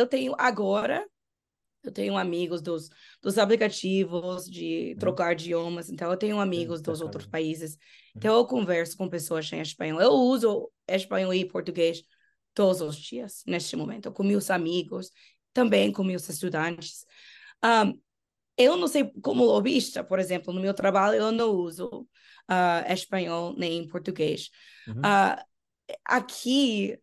eu tenho amigos dos aplicativos de Uhum. trocar idiomas, então eu tenho amigos dos outros Intercâmbio. países, Uhum. então eu converso com pessoas em espanhol. Eu uso espanhol e português todos os dias, neste momento, com meus amigos, também com meus estudantes. Um, eu não sei, como lobista, por exemplo, no meu trabalho, eu não uso espanhol nem português. Uhum. Ah, aqui,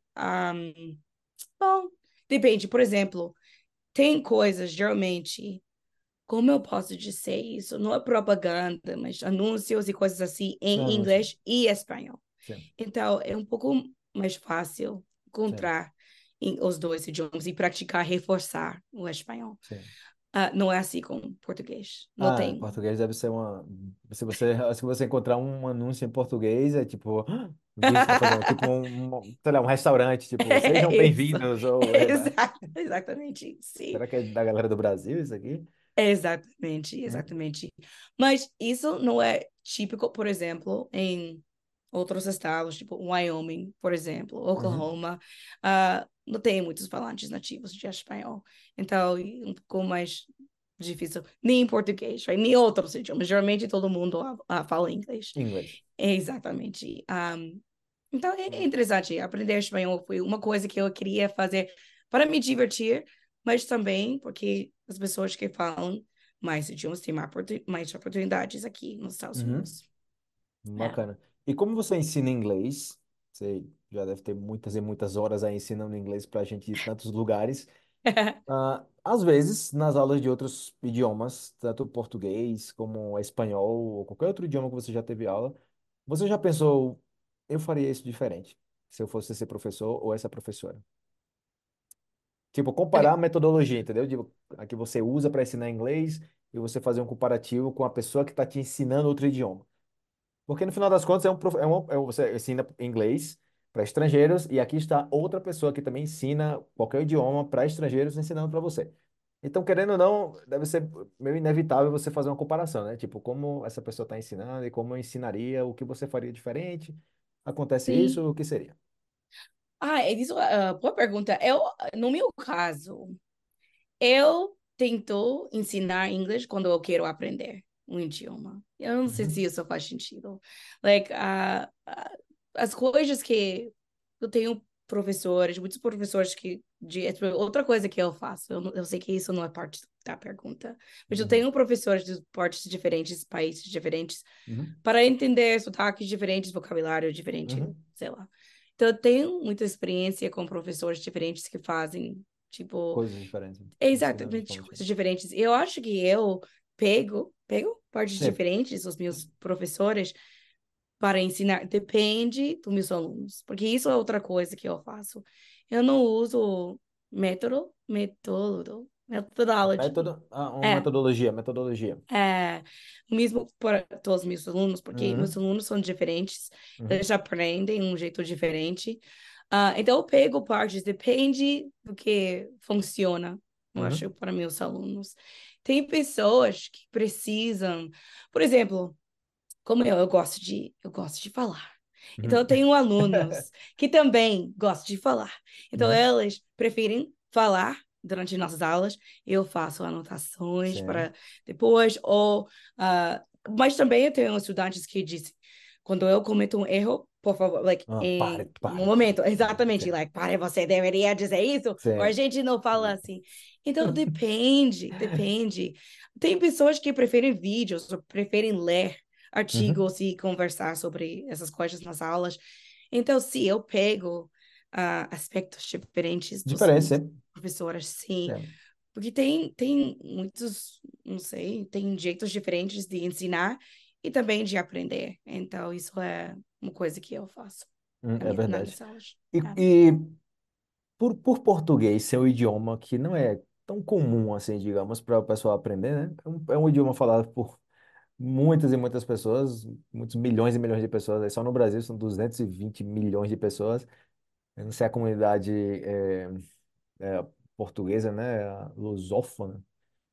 bom, depende, por exemplo, tem coisas, geralmente, como eu posso dizer isso? Não é propaganda, mas anúncios e coisas assim Sim, em não sei. inglês e espanhol. Sim, Então, é um pouco mais fácil sim, encontrar os dois idiomas e praticar, reforçar o espanhol. sim. Não é assim com português. Não Ah, em tem. português deve ser uma. Se você encontrar um anúncio em português, é tipo, o que você está fazendo? Tipo sei lá, um restaurante, tipo, É sejam isso. bem-vindos, ou, Exatamente, sim. será que é da galera do Brasil isso aqui? Exatamente, Uhum. exatamente. Mas isso não é típico, por exemplo, em outros estados, tipo Wyoming, por exemplo, Uhum. Oklahoma, não tem muitos falantes nativos de espanhol. Então, é um pouco mais difícil. Nem em português, right? Nem outros idiomas. Geralmente todo mundo fala inglês. Inglês. Exatamente. Então, é Uhum. interessante. Aprender espanhol foi uma coisa que eu queria fazer para me divertir, mas também porque as pessoas que falam mais idiomas têm mais oportunidades aqui nos Estados Uhum. Unidos. É. Bacana. E como você ensina inglês? Você já deve ter muitas e muitas horas aí ensinando inglês pra gente em tantos lugares. Às vezes, nas aulas de outros idiomas, tanto português como espanhol ou qualquer outro idioma que você já teve aula, você já pensou, eu faria isso diferente, se eu fosse esse professor ou essa professora? Tipo, comparar a metodologia, entendeu? A que você usa para ensinar inglês e você fazer um comparativo com a pessoa que está te ensinando outro idioma. Porque no final das contas você ensina inglês para estrangeiros e aqui está outra pessoa que também ensina qualquer idioma para estrangeiros ensinando para você. Então, querendo ou não, deve ser meio inevitável você fazer uma comparação, né? Tipo, como essa pessoa está ensinando e como eu ensinaria, o que você faria diferente. Acontece Sim. isso, o que seria? Isso, boa pergunta. No meu caso, eu tento ensinar inglês quando eu quero aprender um idioma. Eu não sei se Uhum. isso faz sentido. Like, as coisas que eu tenho professores, muitos professores outra coisa que eu faço, eu sei que isso não é parte da pergunta, mas eu Uhum. tenho professores de partes diferentes, países diferentes, Uhum. para entender sotaques diferentes, vocabulário diferente, Uhum. sei lá. Então, eu tenho muita experiência com professores diferentes que fazem, tipo, Coisas diferentes. Ensinando de exatamente forma coisas diferente. diferentes. Eu acho que eu pego partes Sim. diferentes dos meus professores para ensinar. Depende dos meus alunos, porque isso é outra coisa que eu faço. Eu não uso methodology. Uma É, metodologia. o mesmo para todos os meus alunos, porque meus Uhum. alunos são diferentes, Uhum. eles aprendem de um jeito diferente. Então, eu pego partes, depende do que funciona, eu acho, Uhum. para meus alunos. Tem pessoas que precisam, por exemplo, como eu gosto de falar. Então, eu Uhum. tenho alunos que também gostam de falar. Então, Uhum. eles preferem falar durante nossas aulas. Eu faço anotações Sim. para depois, mas também eu tenho estudantes que dizem, quando eu cometo um erro, por favor, like, Pare, em um pare. momento, exatamente, Sim. like, pare, você deveria dizer isso, ou a Sim. gente não fala assim. Então, depende. Tem pessoas que preferem vídeos, ou preferem ler Uhum. artigos e conversar sobre essas coisas nas aulas. Então, se eu pego aspectos diferentes dos Diferença, meus sim. professores, sim, Sim. porque tem muitos, não sei, tem jeitos diferentes de ensinar e também de aprender. Então, isso é uma coisa que eu faço É nas verdade. minhas aulas. E, É. e por português ser um idioma que não é tão comum assim, digamos, para o pessoal aprender, né? É um idioma falado por muitas e muitas pessoas, muitos milhões e milhões de pessoas. Aí só no Brasil são 220 milhões de pessoas. Eu não sei a comunidade portuguesa, né? A lusófona.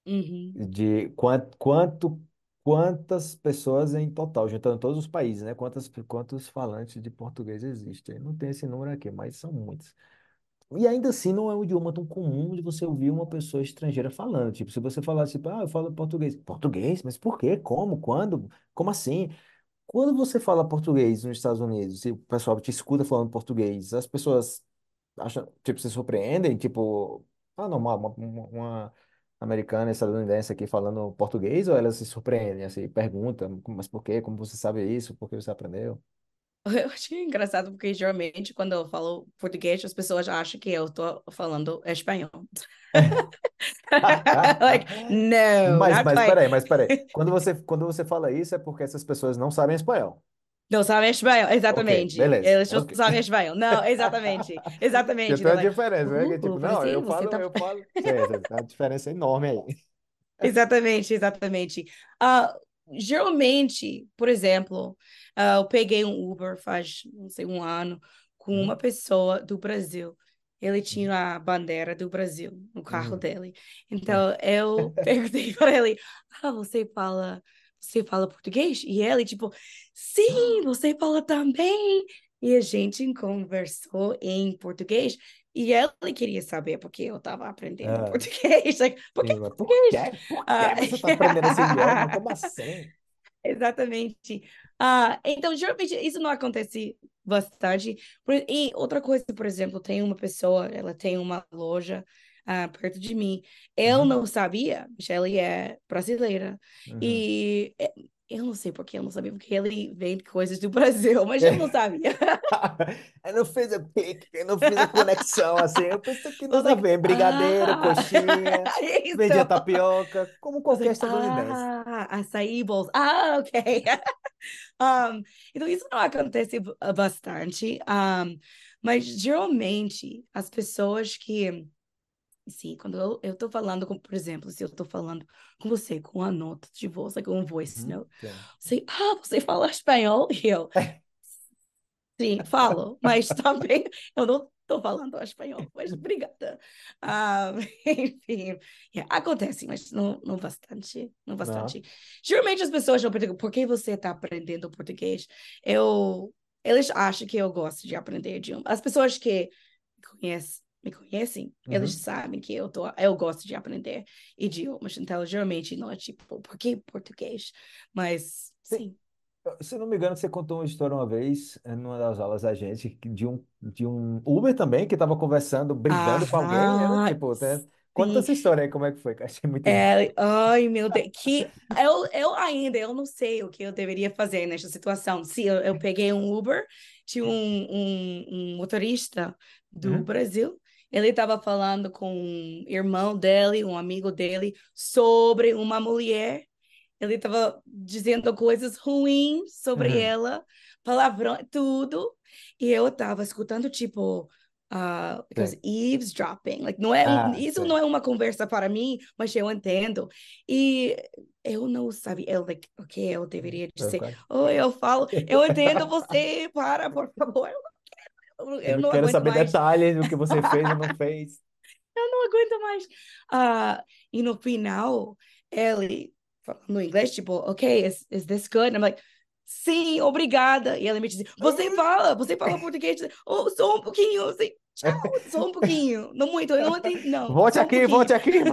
Uhum. de quantas pessoas em total, juntando todos os países, né? Quantos falantes de português existem? Não tem esse número aqui, mas são muitos. E ainda assim não é um idioma tão comum de você ouvir uma pessoa estrangeira falando. Tipo, se você falar tipo, eu falo português. Português? Mas por quê? Como? Quando? Como assim? Quando você fala português nos Estados Unidos e o pessoal te escuta falando português, as pessoas acham, tipo, se surpreendem, tipo, normal, uma americana, estadunidense aqui falando português, ou elas se surpreendem, assim, perguntam, mas por quê? Como você sabe isso? Por que você aprendeu? Eu achei engraçado porque geralmente quando eu falo português, as pessoas acham que eu tô falando espanhol. Like, no, not quite. Mas peraí. Quando você fala isso é porque essas pessoas não sabem espanhol. Não sabem espanhol, Ok, exatamente. beleza. Eles não Ok. sabem espanhol. Não, exatamente. Já Exatamente. tem They're uma like, diferença, né? Que tipo, não, Brasil, você tá. eu falo. Sim, tem uma diferença enorme aí. Exatamente, exatamente. Geralmente, por exemplo, eu peguei um Uber faz, não sei, um ano com uma Uhum, pessoa do Brasil. Ele uhum, tinha a bandeira do Brasil no carro uhum. dele. Então, eu perguntei para ele, você fala português? E ele, tipo, sim, você fala também. E a gente conversou em português. E ele queria saber porque eu estava aprendendo Ah, português. Like, por que sim, mas por português? quê? Por que Ah, você está aprendendo esse idioma? Como assim? exatamente. Então, geralmente, isso não acontece bastante. E outra coisa, por exemplo, tem uma pessoa, ela tem uma loja perto de mim. Eu Uhum, não sabia, mas ela é brasileira. uhum. E eu não sei por que eu não sabia, porque ele vende coisas do Brasil, mas eu não sabia. Eu não fiz o clique, eu não fiz a conexão assim. Eu pensei que I was nada a like, ver. Brigadeiro, coxinha, vendia isso. tapioca, como I was qualquer like, estadunidense. açaí bowls. Ok. Então, isso não acontece bastante, mas geralmente as pessoas que, sim, quando eu tô falando, com, por exemplo, se eu tô falando com você com a nota de voz, like um voice Uhum, note, sim. você, você fala espanhol? E eu, sim, falo, mas também eu não estou falando espanhol, mas obrigada. Ah, enfim, acontece, mas não bastante, não Não. bastante. Geralmente as pessoas não perguntam por que você está aprendendo português. Eles acham que eu gosto de aprender idioma. As pessoas que me conhecem, eles Uhum. sabem que eu gosto de aprender idiomas. Então, geralmente não é tipo, por que português? Mas, sim. Se não me engano, você contou uma história uma vez, numa das aulas da gente, de um Uber também, que estava conversando, brigando com alguém, era Ah, tipo, né? Conta sim. essa história aí, como é que foi, que eu achei muito bom. Ai, meu Deus, eu não sei o que eu deveria fazer nessa situação. Se eu peguei um Uber, tinha um motorista do Uhum. Brasil, ele estava falando com um irmão dele, um amigo dele, sobre uma mulher. Ele estava dizendo coisas ruins sobre Uhum. ela, palavrão, tudo. E eu estava escutando, tipo, because Sim. eavesdropping. Like, não é, Ah, isso não sim. é uma conversa para mim, mas eu entendo. E eu não sabia, eu, like, ok, eu deveria Eu, dizer, cara. oh, eu falo, eu entendo você, para, por favor, Eu eu não não quero aguento saber mais. detalhes do que você fez ou não fez. Eu não aguento mais. E no final, ele falando em inglês, tipo, ok, is this good? And I'm like, sim, obrigada. E ele me disse, você fala português? Oh, só um pouquinho. Eu sei, tchau, só um pouquinho. Não muito, eu não entendi, não, Volte só um aqui, pouquinho. volte aqui.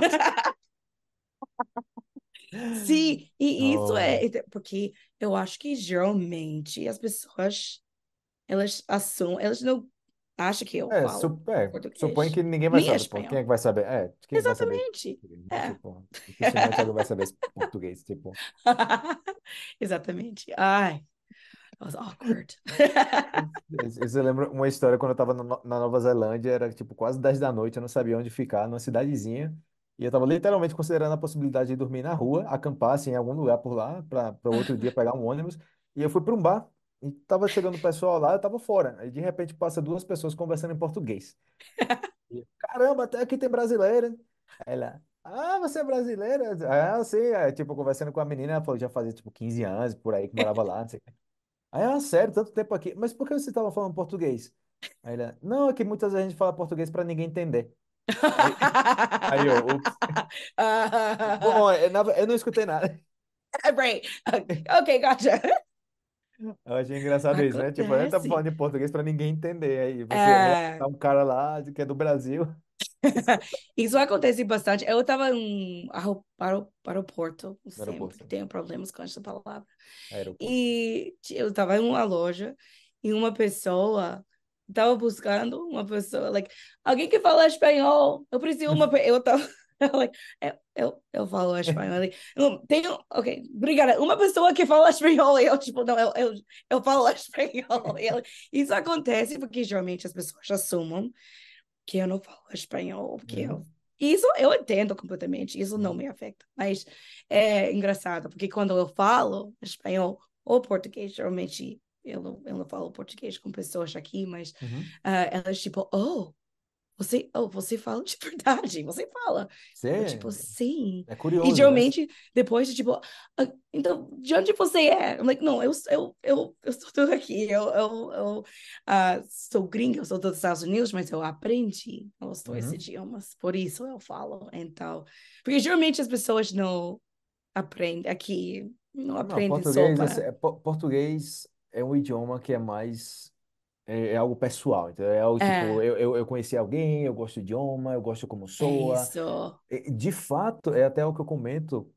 Sim, e isso Oh, porque eu acho que geralmente as pessoas, elas assumem, elas não acham que eu falo supõe português, que ninguém vai nem saber, pô. Quem é espanhol. que vai saber? Quem vai saber? Exatamente. É. Tipo, dificilmente alguém vai saber português, tipo. Exatamente. Ai, that was awkward. Eu lembro uma história quando eu estava na Nova Zelândia, era tipo quase 10 da noite, eu não sabia onde ficar, numa cidadezinha, e eu estava literalmente considerando a possibilidade de dormir na rua, acampar assim, em algum lugar por lá, para outro dia pegar um ônibus, e eu fui para um bar, e tava chegando o pessoal lá, eu estava fora, aí de repente passa duas pessoas conversando em português. E, caramba, até aqui tem brasileira. Aí lá, você é brasileira? Ah, sim, tipo, conversando com a menina, ela falou que já fazia tipo 15 anos por aí que morava lá, não sei. Aí, sério, tanto tempo aqui. Mas por que você estava falando português? Aí ele, não, é que muitas vezes a gente fala português para ninguém entender. Aí, aí eu, ups. Bom, eu não escutei nada. Right. Ok, gotcha. Eu achei engraçado isso, né? Tipo, eu tava Acontece. falando em português pra ninguém entender. Aí você É, tá um cara lá que é do Brasil. isso acontece bastante. Eu estava em aeroporto, No sempre aeroporto. tenho problemas com essa palavra. Aeroporto. E eu estava em uma loja e uma pessoa estava buscando uma pessoa, like, alguém que fala espanhol. Eu preciso de uma. Eu tava. Like, eu falo espanhol. Eu tenho. Ok, obrigada. Uma pessoa que fala espanhol. E eu, tipo, não, eu falo espanhol. Isso acontece porque geralmente as pessoas assumem que eu não falo espanhol, porque eu. Uhum, Isso eu entendo completamente, isso não uhum, me afeta. Mas é engraçado, porque quando eu falo espanhol ou português, geralmente eu não falo português com pessoas aqui, mas uhum. elas tipo, você fala de verdade, você fala. Eu, Você tipo, sim. é E curioso, né? geralmente, depois, tipo, então, de onde você é? I'm like, não, eu sou tudo aqui. Eu sou gringa, eu sou dos Estados Unidos, mas eu aprendi os dois Uhum. idiomas, por isso eu falo. Então, porque geralmente as pessoas não aprendem aqui, não Não, aprendem só português, para. português é um idioma que é mais. É algo pessoal. Então, é algo tipo, É, eu conheci alguém, eu gosto do idioma, eu gosto como é soa. isso. De fato, é até o que eu comento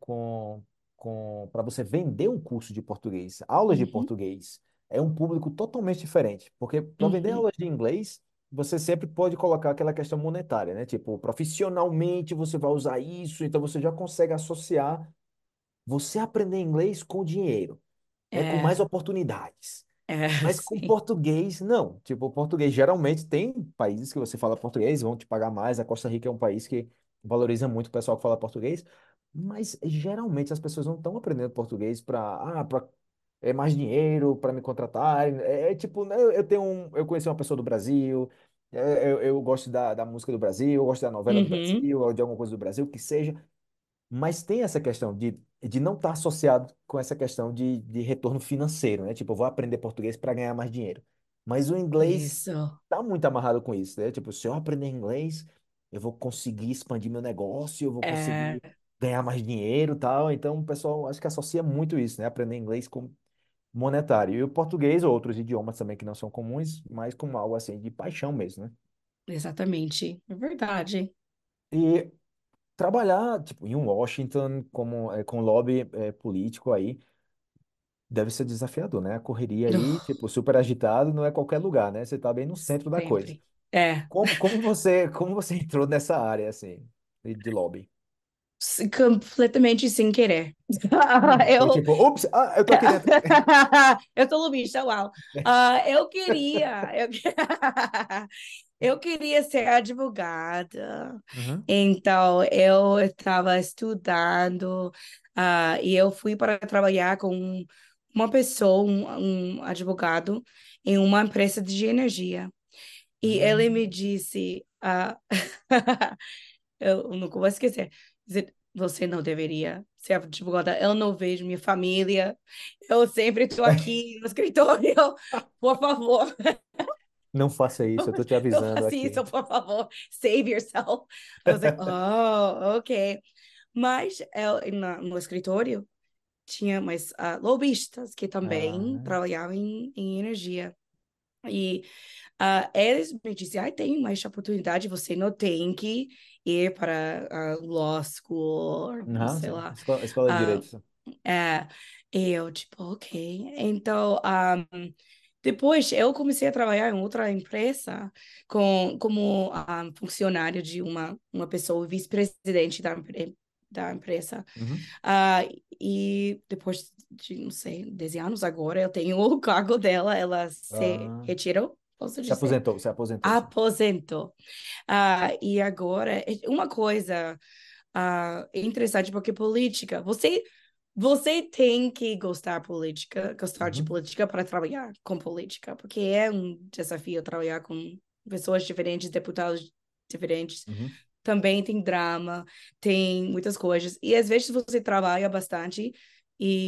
para você vender um curso de português. Aulas de Uhum, português é um público totalmente diferente, porque para vender uhum, aulas de inglês, você sempre pode colocar aquela questão monetária, né? Tipo, profissionalmente você vai usar isso, então você já consegue associar você aprender inglês com dinheiro, com mais é, oportunidades. Mas com sim. português, não. Tipo, o português geralmente tem países que você fala português, vão te pagar mais. A Costa Rica é um país que valoriza muito o pessoal que fala português, mas geralmente as pessoas não estão aprendendo português para mais dinheiro, para me contratarem. Tipo, né, eu conheci uma pessoa do Brasil, eu gosto da música do Brasil, eu gosto da novela do Uhum, Brasil, ou de alguma coisa do Brasil, que seja. Mas tem essa questão de não estar associado com essa questão de retorno financeiro, né? Tipo, eu vou aprender português para ganhar mais dinheiro. Mas o inglês isso. tá muito amarrado com isso, né? Tipo, se eu aprender inglês, eu vou conseguir expandir meu negócio, eu vou É, conseguir ganhar mais dinheiro, e tal. Então, o pessoal acho que associa muito isso, né? Aprender inglês com monetário. E o português ou outros idiomas também que não são comuns, mas com algo assim de paixão mesmo, né? exatamente. É verdade. E trabalhar, tipo, em Washington, como, com lobby político aí, deve ser desafiador, né? A correria aí, tipo, super agitado, não é qualquer lugar, né? Você tá bem no centro da coisa. Sempre. É. Como você entrou nessa área, assim, de lobby? Completamente sem querer. Foi Eu. tipo, ups, eu tô aqui dentro. Eu sou lobista, uau. Eu queria. Eu queria ser advogada. Uhum, Então, eu estava estudando, e eu fui para trabalhar com uma pessoa, um advogado, em uma empresa de energia. E ele me uhum. disse, eu nunca vou esquecer, você não deveria ser advogada, eu não vejo minha família, eu sempre estou aqui no escritório, por favor, Não faça isso, eu tô te não avisando faça aqui. isso, por favor, save yourself. I was like, oh, ok. Mas no escritório tinha mais lobistas que também Ah, trabalhavam em energia. E eles me disseram, tem mais oportunidade, você não tem que ir para law school, sei sim. lá. Escola de Ah, Direito. é, e eu, tipo, ok. Então, depois eu comecei a trabalhar em outra empresa como funcionário de uma pessoa, vice-presidente da empresa. Uhum. Ah, e depois de, não sei, 10 anos agora, eu tenho o cargo dela, ela se Ah, retirou, posso se dizer? aposentou, se aposentou, sim. Aposentou. E agora, uma coisa interessante, porque política, você tem que gostar de Uhum, política para trabalhar com política, porque é um desafio trabalhar com pessoas diferentes, deputados diferentes. uhum. Também tem drama, tem muitas coisas. E às vezes você trabalha bastante e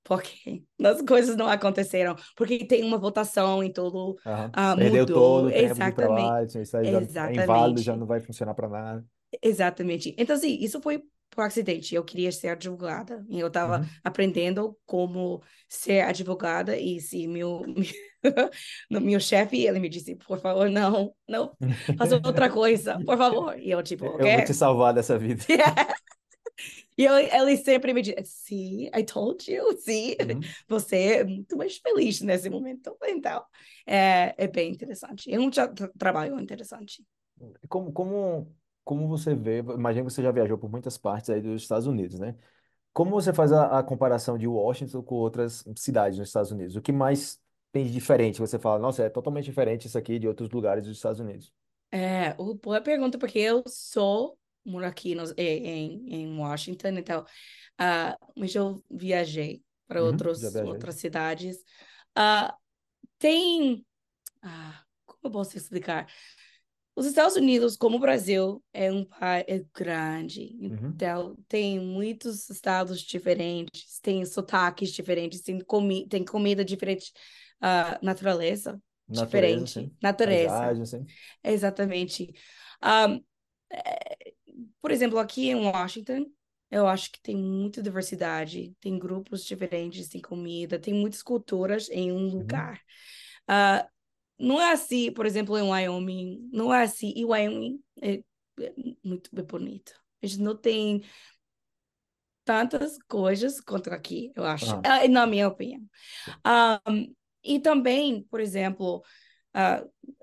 porque as coisas não aconteceram, porque tem uma votação e tudo Aham. Perdeu mudou. todo o tempo de Exatamente, trabalho, isso aí já é inválido, já exatamente, não vai funcionar para nada. exatamente. Então, assim, isso foi por acidente. Eu queria ser advogada e eu estava Uhum. aprendendo como ser advogada e se no meu chefe, ele me disse, por favor, não, não, faça outra coisa, por favor. E eu, tipo, Eu vou te ok. salvar dessa vida. E ele sempre me diz, sim, I told you, sim, Uhum. você é muito mais feliz nesse momento. Então, é bem interessante. É um trabalho interessante. Como você vê, imagino que você já viajou por muitas partes aí dos Estados Unidos, né? Como você faz a comparação de Washington com outras cidades nos Estados Unidos? O que mais tem de diferente? Você fala, nossa, é totalmente diferente isso aqui de outros lugares dos Estados Unidos. Boa pergunta, porque eu moro aqui em Washington, então, mas eu viajei para Uhum. Já viajei. outras cidades. Ah, tem, como eu posso explicar? Os Estados Unidos, como o Brasil, é um país grande, Uhum. então tem muitos estados diferentes, tem sotaques diferentes, tem comida diferente, natureza Natureza, diferente, sim. natureza, Paisagem, sim. exatamente. Um, por exemplo, aqui em Washington, eu acho que tem muita diversidade, tem grupos diferentes, tem comida, tem muitas culturas em um Uhum. lugar. Ah, não é assim, por exemplo, em Wyoming, não é assim. E Wyoming é muito bem bonito. A gente não tem tantas coisas quanto aqui, eu acho, Ah, na minha opinião. sim. Ah, e também, por exemplo, ah,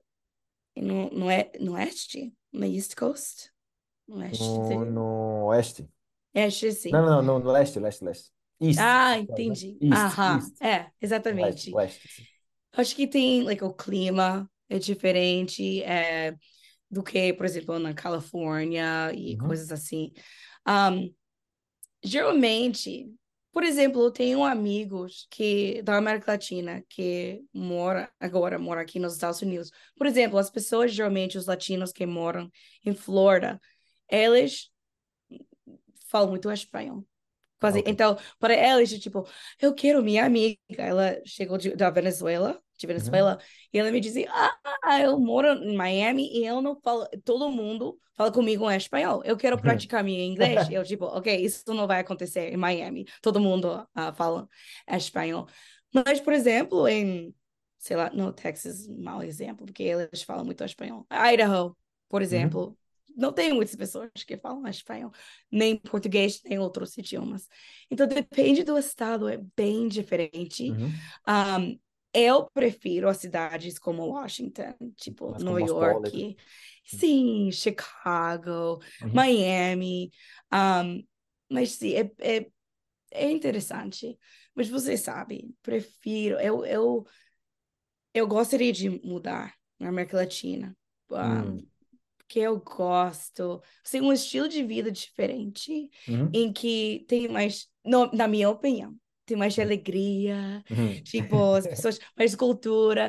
no oeste, no East Coast, no oeste, No oeste. oeste, Não, sim. não, não, no leste, leste, leste. East. Né? Entendi. East, Aham, East. Oeste, exatamente. oeste, sim. Acho que tem, o clima é diferente do que, por exemplo, na Califórnia e Uhum. coisas assim. Um, geralmente, por exemplo, eu tenho amigos da América Latina que mora aqui nos Estados Unidos. Por exemplo, as pessoas, geralmente, os latinos que moram em Flórida, eles falam muito espanhol. Ah, Quase. ok. Então, para ela, tipo, eu quero minha amiga. Ela chegou da Venezuela, de Uhum. Venezuela, e ela me disse: eu moro em Miami e eu não falo, todo mundo fala comigo em espanhol. Eu quero praticar meu inglês. Eu, tipo, ok, isso não vai acontecer em Miami. Todo mundo fala espanhol. Mas, por exemplo, sei lá, no Texas, mau exemplo, porque eles falam muito espanhol. Idaho, por Uhum. exemplo, não tem muitas pessoas que falam espanhol, nem português, nem outros idiomas. Então, depende do estado, é bem diferente. Uhum. Um, eu prefiro as cidades como Washington, tipo Mas Nova cosmopolita. York, sim, Chicago, Uhum. Miami. Um, mas sim, é interessante. Mas você sabe, prefiro, eu gostaria de mudar na América Latina. Hum. Que eu gosto. Assim, um estilo de vida diferente, Uhum. em que tem mais, na minha opinião, tem mais alegria, Uhum. tipo, as pessoas, mais cultura,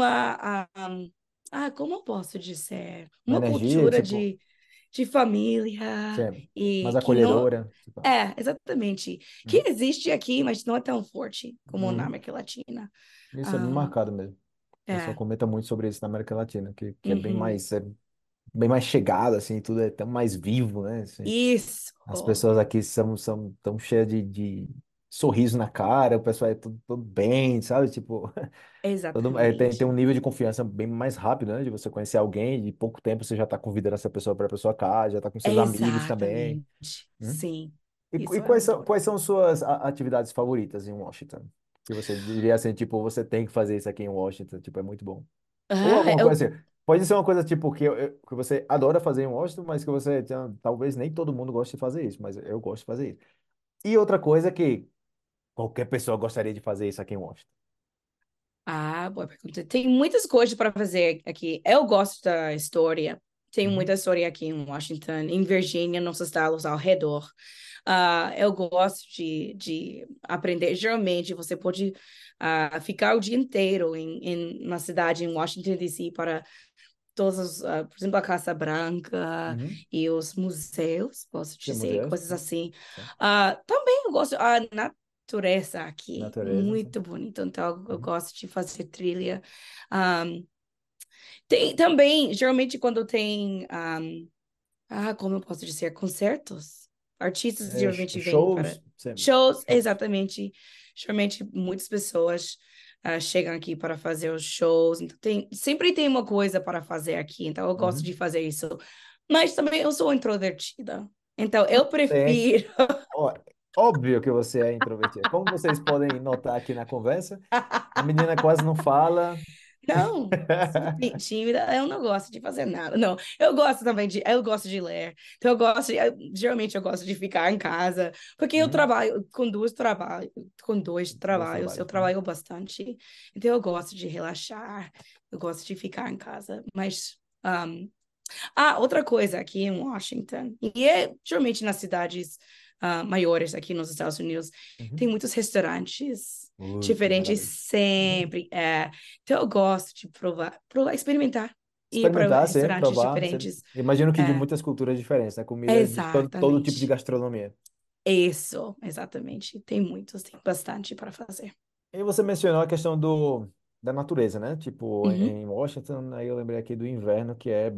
como eu posso dizer? Uma Uma energia, cultura tipo, de família sempre mais e que não. acolhedora. Tipo. Exatamente. Que Uhum. existe aqui, mas não é tão forte como na Uhum. América Latina. Isso é bem Um, marcado mesmo. O pessoal é. comenta muito sobre isso na América Latina, que Uhum. é bem mais chegado, assim, tudo é tão mais vivo, né? Assim, Isso. as pessoas aqui são tão cheias de sorriso na cara, o pessoal é tudo bem, sabe? Tipo, tem um Exatamente. nível de confiança bem mais rápido, né? De você conhecer alguém, de pouco tempo você já está convidando essa pessoa para a sua casa, já está com seus amigos também. Exatamente. Hum? Sim. E Isso é muito bom. quais são suas atividades favoritas em Washington? Que você diria assim, tipo, você tem que fazer isso aqui em Washington, tipo, é muito bom. Ou alguma Eu, coisa assim. Pode ser uma coisa tipo que você adora fazer em Washington, mas que você talvez nem todo mundo goste de fazer isso, mas eu gosto de fazer isso. E outra coisa que qualquer pessoa gostaria de fazer isso aqui em Washington. boa pergunta. Tem muitas coisas para fazer aqui. Eu gosto da história. Tem Uhum, muita história aqui em Washington, em Virgínia, nos estados ao redor. Eu gosto de aprender. Geralmente, você pode ficar o dia inteiro na cidade, em Washington, D.C., para todos por exemplo, a Casa Branca uhum. e os museus, posso Sim, dizer, museus. coisas assim. Sim. Também eu gosto. natureza aqui, Natureza, assim. muito bonito. Então, eu Uhum. gosto de fazer trilha. Um, tem também, geralmente, quando tem, como eu posso dizer, concertos, artistas geralmente vêm para Shows, sempre. shows, Shows. exatamente. Geralmente, muitas pessoas chegam aqui para fazer os shows. Então, sempre tem uma coisa para fazer aqui. Então, eu gosto de Uhum. fazer isso. Mas também eu sou introvertida. Então, eu É, prefiro. ó, óbvio que você é introvertida. Como vocês podem notar aqui na conversa, a menina quase não fala. Não, sou tímida, eu não gosto de fazer nada. Não, eu gosto também eu gosto de ler. Então geralmente eu gosto de ficar em casa, porque eu Uhum. trabalho com dois Dois trabalhos, eu trabalhos. Uhum. trabalho bastante. Então eu gosto de relaxar, eu gosto de ficar em casa. Mas outra coisa aqui em Washington, e é geralmente nas cidades maiores aqui nos Estados Unidos, tem Uhum. muitos restaurantes Ui, que diferentes maravilha. Uhum. sempre. Então eu gosto de provar, experimentar, ir para Experimentar sempre, restaurantes provar. diferentes. Imagino que de É, muitas culturas diferentes, né? Comida de todo tipo de exatamente. gastronomia. Isso, exatamente. Tem bastante para fazer. E você mencionou a questão da natureza, né? Tipo, Uhum. em Washington, aí eu lembrei aqui do inverno, que é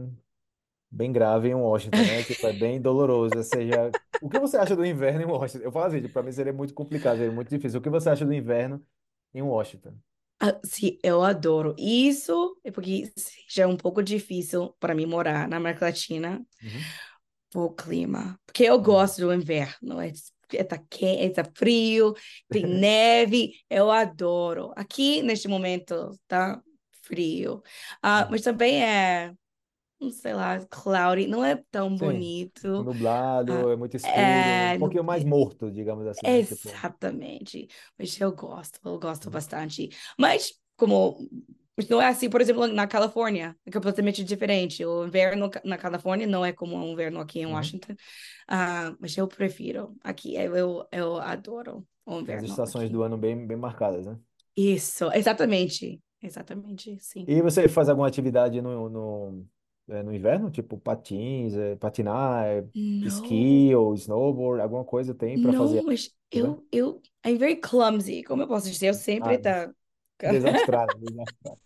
bem grave em Washington, né? Tipo, é bem doloroso. Ou seja, o que você acha do inverno em Washington? Eu falo assim, tipo, para mim seria muito complicado, seria muito difícil. O que você acha do inverno em Washington? Sim, eu adoro. Isso é porque já é um pouco difícil para mim morar na América Latina. Uhum. O clima, porque eu Uhum. gosto do inverno, tá quente, tá frio, tem neve, eu adoro. Aqui, neste momento, tá frio. Uhum. Mas também sei lá, cloudy, não é tão Sim, tipo, bonito. Ah, nublado, é muito escuro, um é, pouquinho mais morto, digamos assim, né? Tipo, exatamente. Mas eu gosto bastante. Mas, mas não é assim, por exemplo, na Califórnia, é completamente diferente. O inverno na Califórnia não é como o inverno aqui em uhum. Washington. Mas eu prefiro aqui. Eu adoro o Tem as inverno estações do aqui. ano bem marcadas, né? Isso, exatamente. Exatamente, sim. E você faz alguma atividade no inverno? Tipo patins, patinar, No, esqui ou snowboard, alguma coisa tem para fazer não, mas no inverno? I'm very clumsy. Como eu posso dizer? Eu sempre Ah, tá. desastrado, desastrado.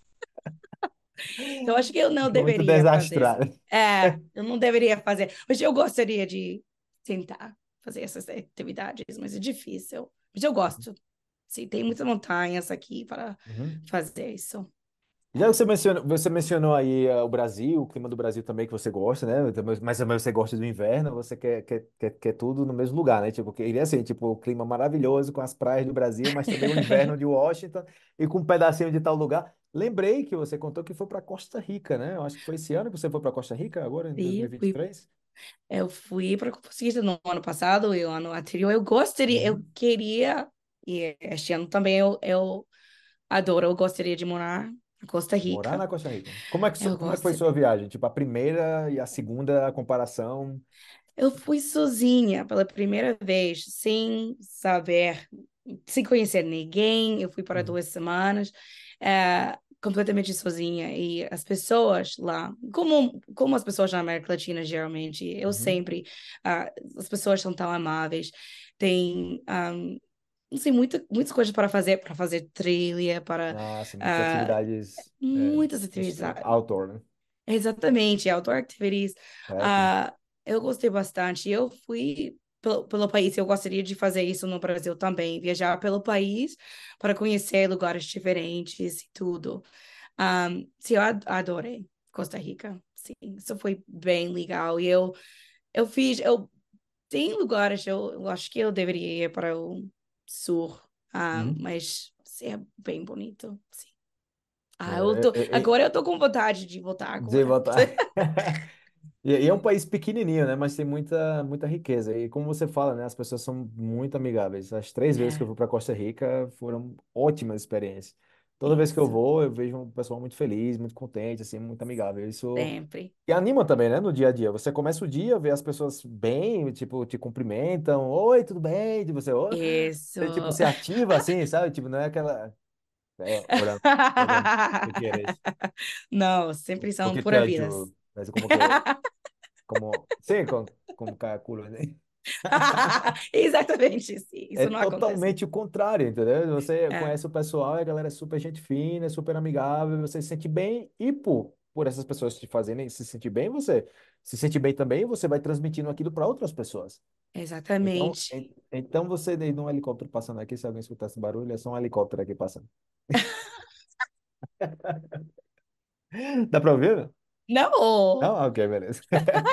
Então, acho que eu não Muito deveria fazer. desastrado. Eu não deveria fazer. Mas eu gostaria de tentar fazer essas atividades, mas é difícil. Mas eu gosto. Sim, tem muitas montanhas aqui para Uhum. fazer isso. Já que você mencionou aí o Brasil, o clima do Brasil também que você gosta, né? Mas também você gosta do inverno, você quer tudo no mesmo lugar, né? Tipo, queria assim, tipo, o clima maravilhoso com as praias do Brasil, mas também o inverno de Washington e com um pedacinho de tal lugar. Lembrei que você contou que foi para Costa Rica, né? Eu acho que foi esse ano que você foi para Costa Rica, agora em E fui, 2023. eu fui para Conquista no ano passado e o ano anterior. Eu Uhum. queria, e este ano também eu adoro, eu gostaria de morar na Costa Morar Rica. na Costa Rica. Eu Como é que foi gostaria. sua viagem? Tipo, a primeira e a segunda, a comparação. Eu fui sozinha pela primeira vez, sem saber, sem conhecer ninguém. Eu fui para Uhum. 2 semanas, completamente sozinha. E as pessoas lá, como as pessoas na América Latina, geralmente, Uhum. as pessoas são tão amáveis. Tem, não sei, muitas coisas para fazer trilha, Ah, sim, muitas ah, atividades muitas atividades. outdoor, né? Exatamente, outdoor activities. Trekking. Ah, eu gostei bastante. Eu fui pelo país. Eu gostaria de fazer isso no Brasil também, viajar pelo país para conhecer lugares diferentes e tudo. Sim, adorei Costa Rica. Sim, isso foi bem legal. E eu tem lugares eu acho que eu deveria ir para o sul, Uhum. mas sim, é bem bonito. Sim. É, Agora eu tô com vontade de voltar agora. desenvolver. E é um país pequenininho, né? Mas tem muita riqueza. E como você fala, né? As pessoas são muito amigáveis. As 3 vezes que eu É, fui para Costa Rica foram ótimas experiências. Toda vez que eu isso, vou, eu vejo um pessoal muito feliz, muito contente, assim, muito amigável. Isso sempre. e anima também, né? No dia a dia. Você começa o dia, vê as pessoas bem, tipo, te cumprimentam. Oi, tudo bem? Tipo, você, tipo, Isso. se ativa, assim, sabe? Tipo, não é aquela... orando, orando. ¿Qué quieres? Não, sempre ¿Por são qué te pura vidas. ayudo? Es como que, como, sí, como cada culo, ¿sí? Exatamente, sim. É Isso não acontece. totalmente o contrário, entendeu? Você É, conhece o pessoal e a galera é super gente fina, é super amigável, você se sente bem e por essas pessoas te fazerem se sentir bem, você se sente bem também e você vai transmitindo aquilo para outras pessoas. Então, exatamente. então você aí num helicóptero passando aqui, se alguém escutar esse barulho, é só um helicóptero aqui passando. Dá para ouvir? Não, Não? Ah, ok, beleza.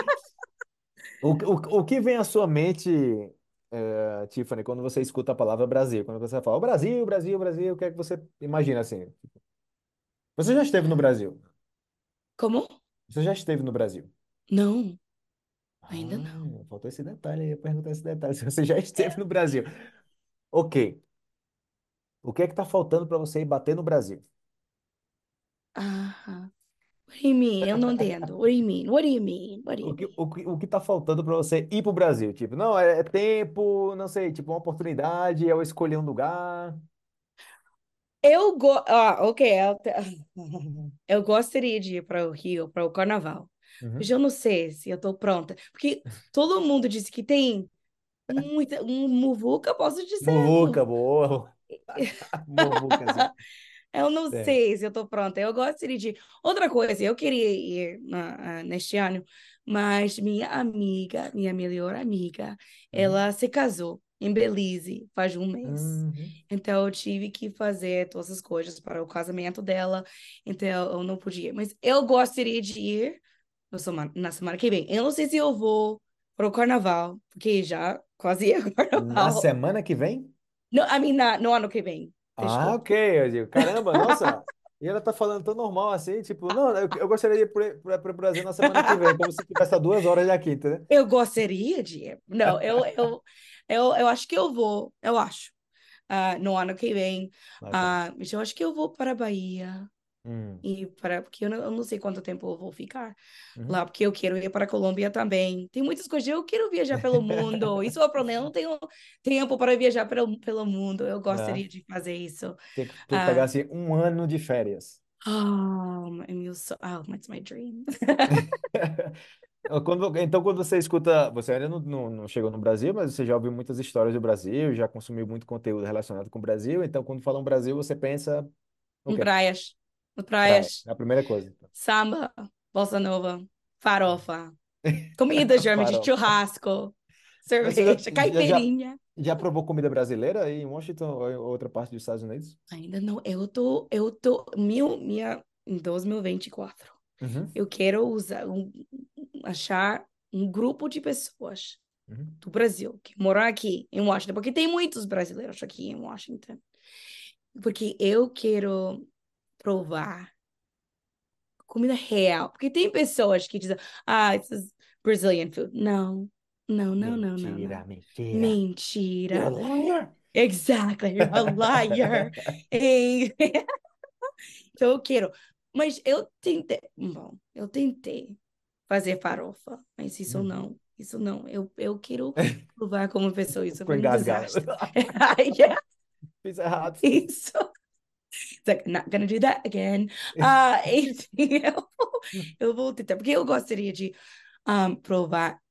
O que vem à sua mente, Tiffany, quando você escuta a palavra Brasil? Quando você fala "Ó, Brasil, Brasil, Brasil", o que é que você imagina assim? Você já esteve no Brasil? como? Você já esteve no Brasil? Não, ainda Ah, não. faltou esse detalhe aí, eu ia perguntar esse detalhe, se você já esteve no Brasil. Ok. O que é que tá faltando para você ir bater no Brasil? Ah, what do you mean? Eu não entendo. What do you mean? What do you mean? What do you mean? O que tá faltando para você ir pro Brasil? Tipo, não, é tempo, não sei, tipo, uma oportunidade, é eu escolher um lugar. Ok, eu gostaria de ir para o Rio, para o Carnaval. Mas Uhum. eu não sei se eu estou pronta. Porque todo mundo diz que tem muita, um muvuca, posso dizer. Muvuca, boa. Muvuca, assim. Eu não É. sei se eu tô pronta. Eu gostaria de. Outra coisa, eu queria ir neste ano, mas minha amiga, minha melhor amiga, Uhum. ela se casou em Belize faz um mês. Uhum. Então eu tive que fazer todas as coisas para o casamento dela. Então eu não podia. Mas eu gostaria de ir na semana que vem. Eu não sei se eu vou para o carnaval, porque já quase é o Na carnaval. semana que vem? No, no ano que vem. Ah, Desculpa. ok. Eu digo, caramba, nossa. E ela tá falando tão normal assim, tipo, não, eu gostaria de ir para o Brasil na semana que vem, como se tivesse a 2 horas daqui, entendeu? Eu gostaria de ir. Não, eu acho que eu vou. Eu acho. No ano que vem. Ah, tá. Mas eu acho que eu vou para a Bahia. Hum. Porque eu não sei quanto tempo eu vou ficar Uhum. lá, porque eu quero ir para a Colômbia também. Tem muitas coisas. Eu quero viajar pelo mundo. Isso é o problema. Eu não tenho tempo para viajar pelo mundo. Eu Ah, gostaria de fazer isso. tem que tu pegar Ah, assim 1 ano de férias. it's my dream. Então, quando você escuta, você ainda não chegou no Brasil, mas você já ouviu muitas histórias do Brasil, já consumiu muito conteúdo relacionado com o Brasil. Então, quando falam Brasil, você pensa o Em quê? praias. Em Praia. praias. É a primeira coisa. Samba, bossa nova, farofa, comida geralmente, Farol. churrasco, Mas cerveja, caipirinha. já provou comida brasileira aí em Washington ou em outra parte dos Estados Unidos? Ainda não, em 2024, Uhum, eu quero achar um grupo de pessoas uhum, do Brasil que moram aqui em Washington, porque tem muitos brasileiros aqui em Washington, porque eu quero provar comida real, porque tem pessoas que dizem, this is Brazilian food. Não, não, não, não, não, mentira, não. mentira. You're a Mentira. liar. Exactly, you're a liar. E- Então eu quero. Mas eu tentei fazer farofa, mas Uhum. isso não. Eu quero provar como pessoa, isso Ficou foi um engasgado. desastre. Yeah, Fiz errado. isso. It's like, not gonna do that again. Enfim, eu vou tentar, porque eu gostaria de provar.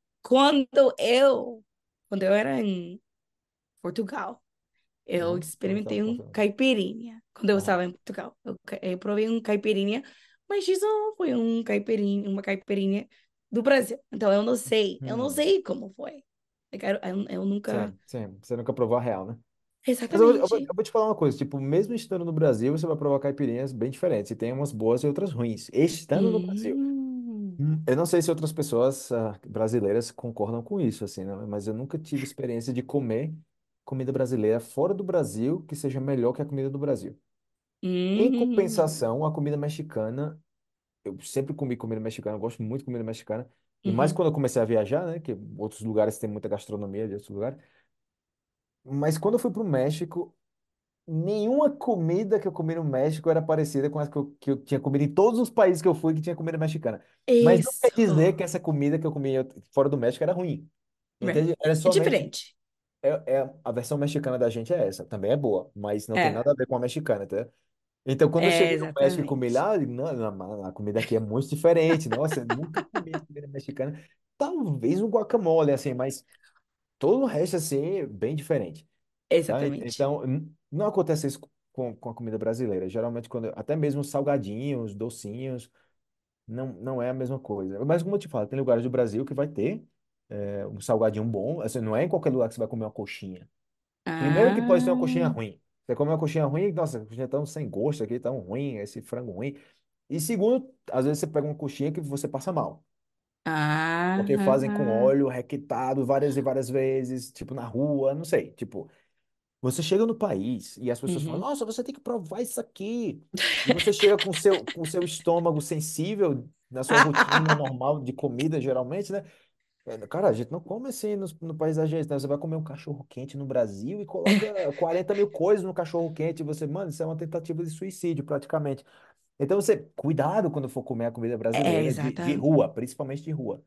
Quando eu era em Portugal, eu Uhum. Quando estava experimentei um funcionando. caipirinha. Quando eu Ah. estava em Portugal, eu provei um caipirinha, mas isso foi uma caipirinha do Brasil. Então eu não Hum. sei como foi. Eu nunca. Sim, sim. Você nunca provou a real, né? Mas Exatamente. eu vou te falar uma coisa, tipo, mesmo estando no Brasil, você vai provar caipirinhas bem diferentes, e tem umas boas e outras ruins. Estando no Brasil. Hum, Eu não sei se outras pessoas brasileiras concordam com isso, assim, né? Mas eu nunca tive experiência de comer comida brasileira fora do Brasil que seja melhor que a comida do Brasil. Em hum, compensação, a comida mexicana, eu sempre comi comida mexicana, eu gosto muito de comida mexicana, e mais uhum, quando eu comecei a viajar, né? Que outros lugares têm muita gastronomia de outros lugares. Mas quando eu fui para o México, nenhuma comida que eu comi no México era parecida com as que eu tinha comido em todos os países que eu fui que tinha comida mexicana. Mas não quer dizer isso. que essa comida que eu comi fora do México era ruim. Right. Entende? Era É somente. diferente. A versão mexicana da gente é essa. Também é boa, mas não tem É, nada a ver com a mexicana, tá? Então, quando eu é cheguei no México e comi exatamente. lá, eu digo, não, não, a comida aqui é muito diferente. Nossa, eu nunca comi comida mexicana. Talvez um guacamole, assim, mas todo o resto, assim, é bem diferente. Tá? Exatamente. Então, não acontece isso com a comida brasileira. Geralmente, até mesmo os salgadinhos, docinhos, não é a mesma coisa. Mas, como eu te falo, tem lugares do Brasil que vai ter um salgadinho bom. Assim, não é em qualquer lugar que você vai comer uma coxinha. Primeiro que pode ser uma coxinha Ah, ruim. Você come uma coxinha ruim, nossa, a coxinha tão sem gosto aqui, tão ruim, esse frango ruim. E segundo, às vezes você pega uma coxinha que você passa mal. Porque fazem com ah, óleo requintado várias e várias vezes, tipo na rua, não sei. Tipo, você chega no país e as pessoas falam, uhum. nossa, você tem que provar isso aqui. E você chega com seu estômago sensível, na sua rotina normal de comida, geralmente, né? Cara, a gente não come assim no país da gente, né? Você vai comer um cachorro quente no Brasil e coloca 40 mil coisas no cachorro quente e você, mano, isso é uma tentativa de suicídio, praticamente. Então você, cuidado quando for comer a comida É, brasileira de exata. rua, principalmente de rua.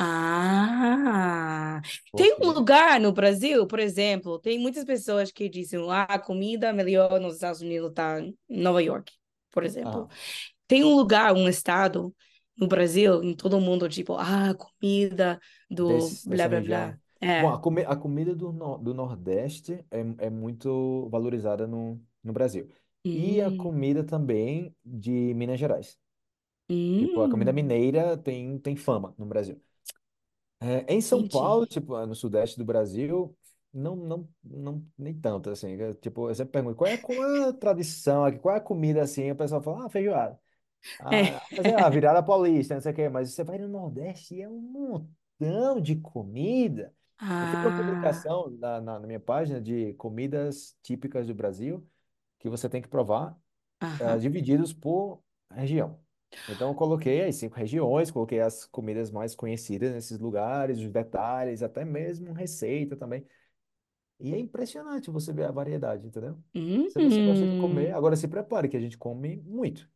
Ah, tem um Porque lugar no Brasil, por exemplo, tem muitas pessoas que dizem a comida melhor nos Estados Unidos está em Nova York, por exemplo. ah, Tem um lugar, um estado no Brasil, em todo mundo, tipo, comida do blá dessa blá blá. região. Bom, É. a comida do Nordeste é muito valorizada no Brasil. E a Hum, comida também de Minas Gerais. Tipo, a comida hum, mineira tem fama no Brasil. Em São Paulo, entendi. tipo, no Sudeste do Brasil, nem tanto, assim. Tipo, eu sempre pergunto, qual é a tradição aqui? Qual é a comida, assim? O pessoal fala, feijoada. É. Mas é a virada paulista, não sei o quê. Mas você vai no Nordeste e é um montão de comida. Eu fiz uma Ah, publicação na minha página de comidas típicas do Brasil que você tem que provar, aham. divididos por região. Então, eu coloquei as 5 regiões, coloquei as comidas mais conhecidas nesses lugares, os detalhes, até mesmo receita também. E é impressionante você ver a variedade, entendeu? Se você gosta de comer, Hum, agora se prepare, que a gente come muito.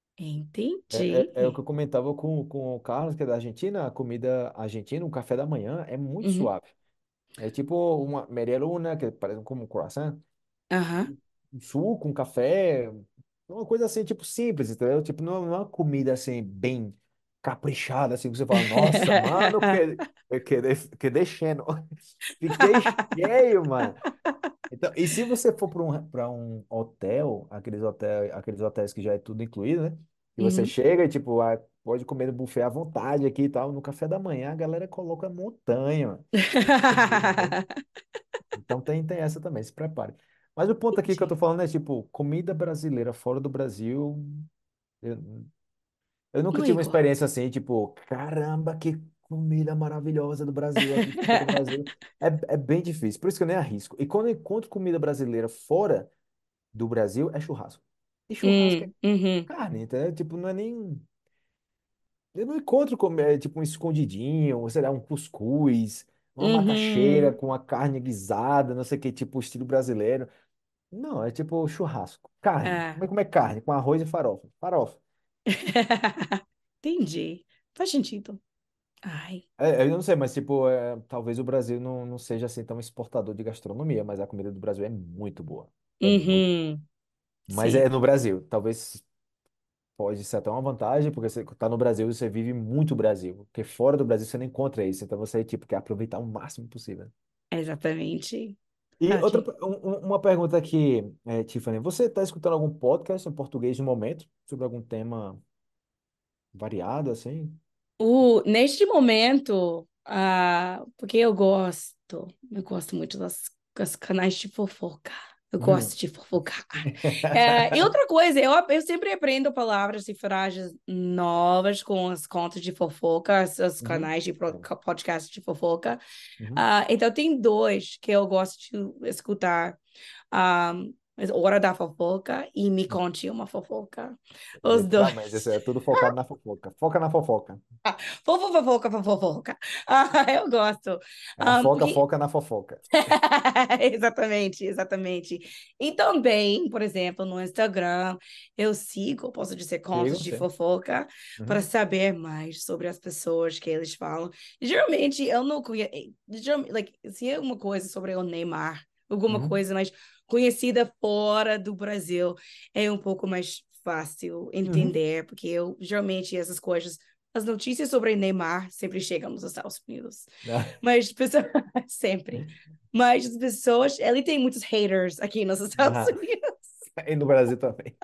É o que entendi. eu comentava com o Carlos, que é da Argentina, a comida argentina, um café da manhã é muito Uhum, suave. É tipo uma meia luna, que parece como um croissant, aham. um suco, um café, uma coisa assim, tipo, simples, entendeu? Tipo, não é uma comida assim, bem caprichada, assim, que você fala, nossa, mano, que deixando. Fiquei cheio, mano. Então, e se você for para um hotel, aqueles hotéis que já é tudo incluído, né? E você Uhum. chega e, tipo, pode comer no buffet à vontade aqui e tal. No café da manhã, a galera coloca montanha, mano, de comida, entendeu? Então tem essa também, se prepare. Mas o ponto aqui que eu tô Entendi. falando é, tipo, comida brasileira fora do Brasil. Eu, eu nunca Não é tive uma igual. experiência assim, tipo, caramba, que comida maravilhosa do Brasil, aqui fora do Brasil. É bem difícil, por isso que eu nem arrisco. E quando eu encontro comida brasileira fora do Brasil, é churrasco. E churrasco é Uhum, carne, entendeu? Tipo, não é nem. Eu não encontro tipo um escondidinho, sei lá, um cuscuz, uma macaxeira uhum. com a carne guisada, não sei o que, tipo estilo brasileiro. Não, é tipo churrasco. Carne. É. Como é carne? Com arroz e farofa. Farofa. Entendi. Faz sentido. Ai. Eu não sei, mas tipo, talvez o Brasil não seja assim tão exportador de gastronomia, mas a comida do Brasil é muito boa. É muito. Uhum. Mas é Sim, no Brasil. Talvez pode ser até uma vantagem, porque você tá no Brasil e você vive muito o Brasil. Porque fora do Brasil você não encontra isso. Então você, tipo, quer aproveitar o máximo possível. exatamente. E Tati. uma pergunta aqui, Tiffany. Você está escutando algum podcast em português no momento? Sobre algum tema variado, assim? Neste momento, porque eu gosto muito das canais de fofoca. Eu gosto Hum. de fofocar. E outra coisa, eu sempre aprendo palavras e frases novas com as contas de fofoca, os Uhum. canais de É. podcast de fofoca. Uhum. Então, tem dois que eu gosto de escutar. Ah, Hora da Fofoca e Me Conte uma Fofoca. Os Literalmente, dois. isso é tudo focado na fofoca. Foca na fofoca. Fofoca, fofoca. Eu gosto. É a foca, Porque... foca na fofoca. Exatamente, exatamente. E também, por exemplo, no Instagram, eu sigo, posso dizer, contas Sigo, de sim. fofoca para Uhum. saber mais sobre as pessoas que eles falam. E, geralmente, eu não conheço. Like, se é uma coisa sobre o Neymar, alguma Uhum. coisa mais conhecida fora do Brasil, é um pouco mais fácil Uhum. entender, porque eu geralmente essas coisas as notícias sobre Neymar sempre chegam nos Estados Unidos. Ah, Mas pessoas, sempre. Mas as pessoas, ele tem muitos haters aqui nos Estados ah, Unidos. e no Brasil também.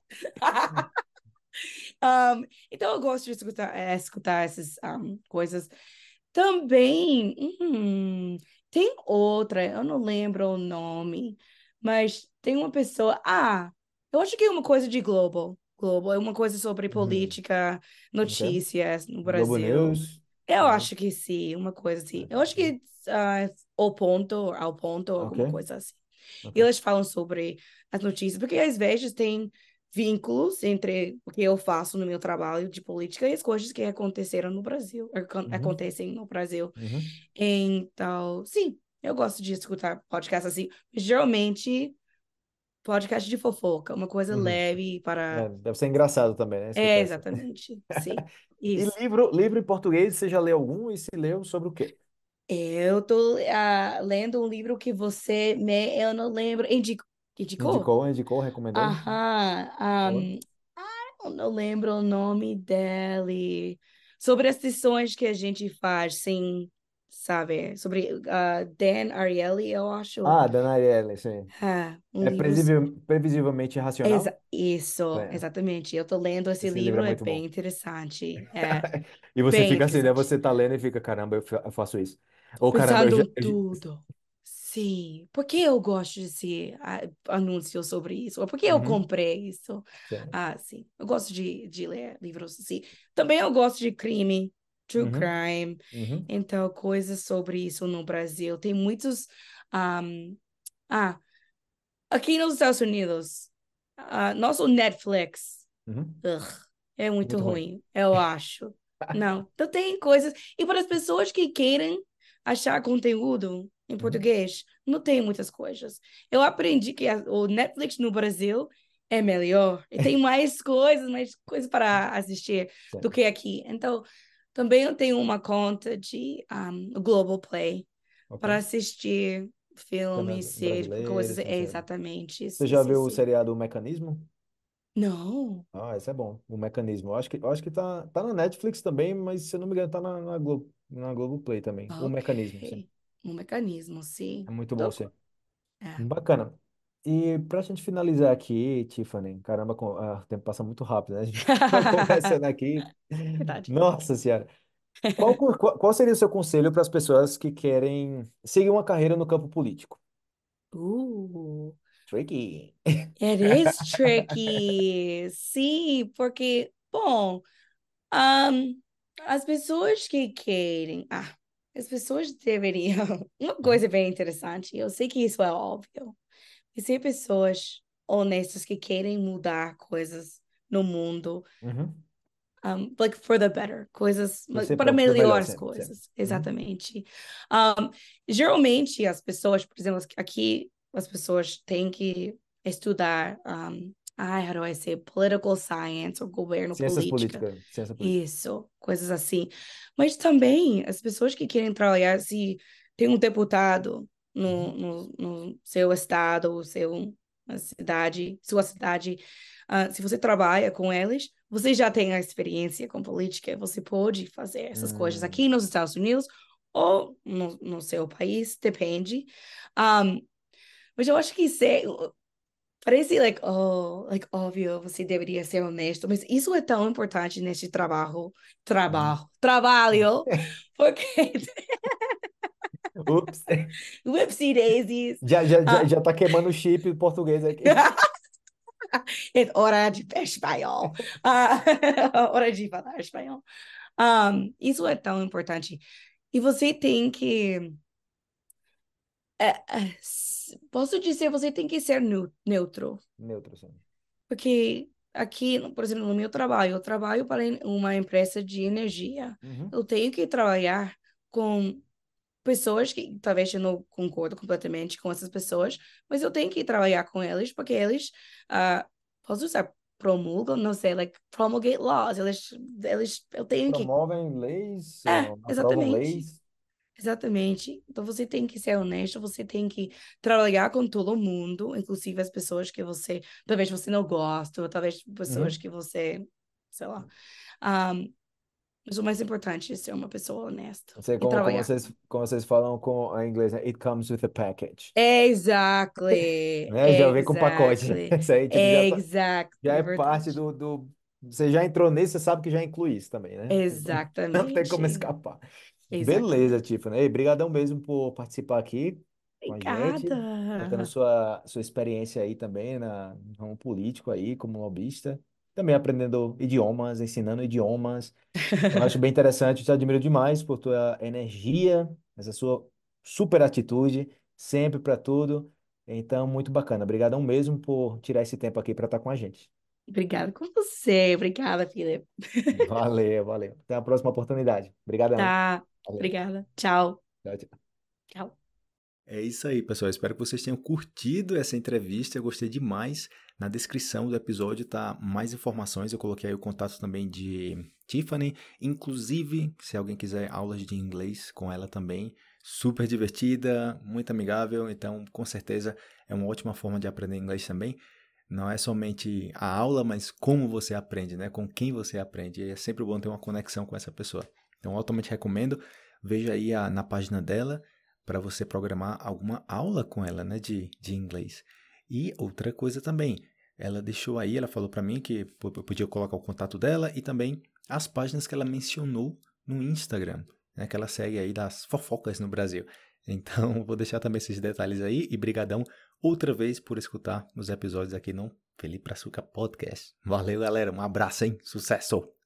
Então eu gosto de escutar essas coisas. Também, tem outra, eu não lembro o nome, mas tem uma pessoa. Eu acho que é uma coisa de Globo. Globo é uma coisa sobre Uhum. política, Ok. notícias no Globo Brasil. News. Eu Globo. acho que sim, uma coisa assim. Eu acho que ao ponto, Ok, alguma coisa assim. E ok. eles falam sobre as notícias, porque às vezes tem vínculos entre o que eu faço no meu trabalho de política e as coisas que aconteceram no Brasil, Uhum, acontecem no Brasil. uhum, Então, sim, eu gosto de escutar podcasts assim. Geralmente, podcast de fofoca, uma coisa uhum. leve para. É, deve ser engraçado também, né? É, Escutar assim. exatamente, sim, E isso. livro em português, você já leu algum? E se leu sobre o quê? Eu tô lendo um livro que eu não lembro, indicou? Indicou, recomendou? Aham, Boa. eu não lembro o nome dele. Sobre as decisões que a gente faz, sim, sabe? Sobre Dan Ariely, eu acho. Ah, da Ariely, sim. Um É livro. previsivelmente racional? Isso, É. exatamente. Eu tô lendo esse Esse livro é livro, é muito bem bom. interessante. É E você bem fica assim, né? interessante. Você tá lendo e fica, caramba, eu faço isso. Ou caramba, Pensando em tudo. Sim. Por que eu gosto desse anúncio sobre isso? Ou por que eu Uhum, comprei isso? sim. Sim. Eu gosto de ler livros assim. Também eu gosto de crime, true Uhum, crime. uhum, Então, coisas sobre isso no Brasil. Tem muitos. um, ah, Aqui nos Estados Unidos, nosso Netflix. uhum. Ugh, é muito Muito ruim. ruim, eu acho. Não, então tem coisas. E para as pessoas que querem achar conteúdo em Uhum, português, não tem muitas coisas. Eu aprendi que o Netflix no Brasil é melhor. E tem mais coisas para assistir do sim. que aqui. Então, também eu tenho uma conta de Globoplay Ok. para assistir Temas filmes, séries, coisas. brasileiros, É sim. exatamente, Você sim, já sim, viu o sim. seriado O Mecanismo? Não. Ah, esse é bom. O Mecanismo. Eu acho que tá na Netflix também, mas se eu não me engano, tá na Globo, na Globoplay também. O Ok. Mecanismo, sim. Um mecanismo, É sim. muito bom, Tô sim. É, Bacana. E pra gente finalizar aqui, Tiffany, caramba, o tempo passa muito rápido, né? A gente tá conversando aqui. verdade. Nossa Senhora. Qual seria o seu conselho para as pessoas que querem seguir uma carreira no campo político? Uh, Tricky. it is tricky. Sim, porque, bom, um, as pessoas que querem. As pessoas deveriam. Uma Uhum, coisa bem interessante, eu sei que isso é óbvio, e ser pessoas honestas que querem mudar coisas no mundo. uhum. Like for the better, coisas Torcer para pro melhor melhor as sempre, sempre. coisas, Uhum, exatamente. Um, Geralmente as pessoas, por exemplo, aqui as pessoas têm que estudar, how do I say, political science ou governo ciências política, políticas, ciência política. isso, coisas assim. Mas também as pessoas que querem trabalhar, se tem um deputado Uhum, no seu estado, sua cidade, se você trabalha com eles, você já tem a experiência com política, você pode fazer essas coisas Hum, aqui nos Estados Unidos ou no seu país, depende. Um, mas eu acho que parece óbvio, você deveria ser honesto, mas isso é tão importante nesse uhum. trabalho, porque Ups. whoopsie daisies, uh, Já tá queimando o chip português aqui. é hora de espanhol, hora de falar espanhol. Isso é tão importante. E você tem que. Posso dizer, você tem que ser neutro. Neutro, sim. Porque aqui, por exemplo, no meu trabalho, eu trabalho para uma empresa de energia. Uhum, Eu tenho que trabalhar com pessoas que talvez eu não concordo completamente com essas pessoas, mas eu tenho que trabalhar com eles porque eles, posso usar promulgam, não sei, promulgate laws. Eu tenho que. promovem leis, aprovam Exatamente. leis. Exatamente. Então você tem que ser honesto, você tem que trabalhar com todo mundo, inclusive as pessoas que talvez você não gosta, ou talvez pessoas Uhum, que você, sei lá. Um, Mas o mais importante é ser uma pessoa honesta Não sei e trabalhar. como vocês falam com a inglês, né? It comes with a package. Exactly, Né? Já vem com o pacote. exactly, Isso aí, tipo, já exactly, é parte verdade. Você já entrou nisso, você sabe que já inclui isso também, né? Então, não tem como Exatamente, escapar. Beleza, exatamente. Tiffany. Ei, brigadão mesmo por participar aqui com a gente, contando Obrigada. sua experiência aí também no ramo político aí, como lobista. Também aprendendo idiomas, ensinando idiomas. Eu acho bem interessante, te admiro demais por tua energia, essa sua super atitude, sempre para tudo. Então, muito bacana. Obrigadão mesmo por tirar esse tempo aqui para estar com a gente. Obrigada com você. Obrigada, Felipe. Valeu, valeu. Até a próxima oportunidade. Obrigadão. Tá. Valeu. Obrigada. Tchau. Tchau, tchau. Tchau. É isso aí, pessoal. Espero que vocês tenham curtido essa entrevista. Eu gostei demais. Na descrição do episódio tá mais informações. Eu coloquei aí o contato também de Tiffany. Inclusive, se alguém quiser aulas de inglês com ela também, super divertida, muito amigável. Então, com certeza, é uma ótima forma de aprender inglês também. Não é somente a aula, mas como você aprende, né? Com quem você aprende. E é sempre bom ter uma conexão com essa pessoa. Então, altamente recomendo. Veja aí na página dela para você programar alguma aula com ela, né, de inglês. E outra coisa também, ela deixou aí, ela falou para mim que eu podia colocar o contato dela e também as páginas que ela mencionou no Instagram, né, que ela segue aí das fofocas no Brasil. Então, vou deixar também esses detalhes aí e brigadão outra vez por escutar os episódios aqui no Felipe Brazuca Podcast. Valeu, galera. Um abraço, hein? Sucesso!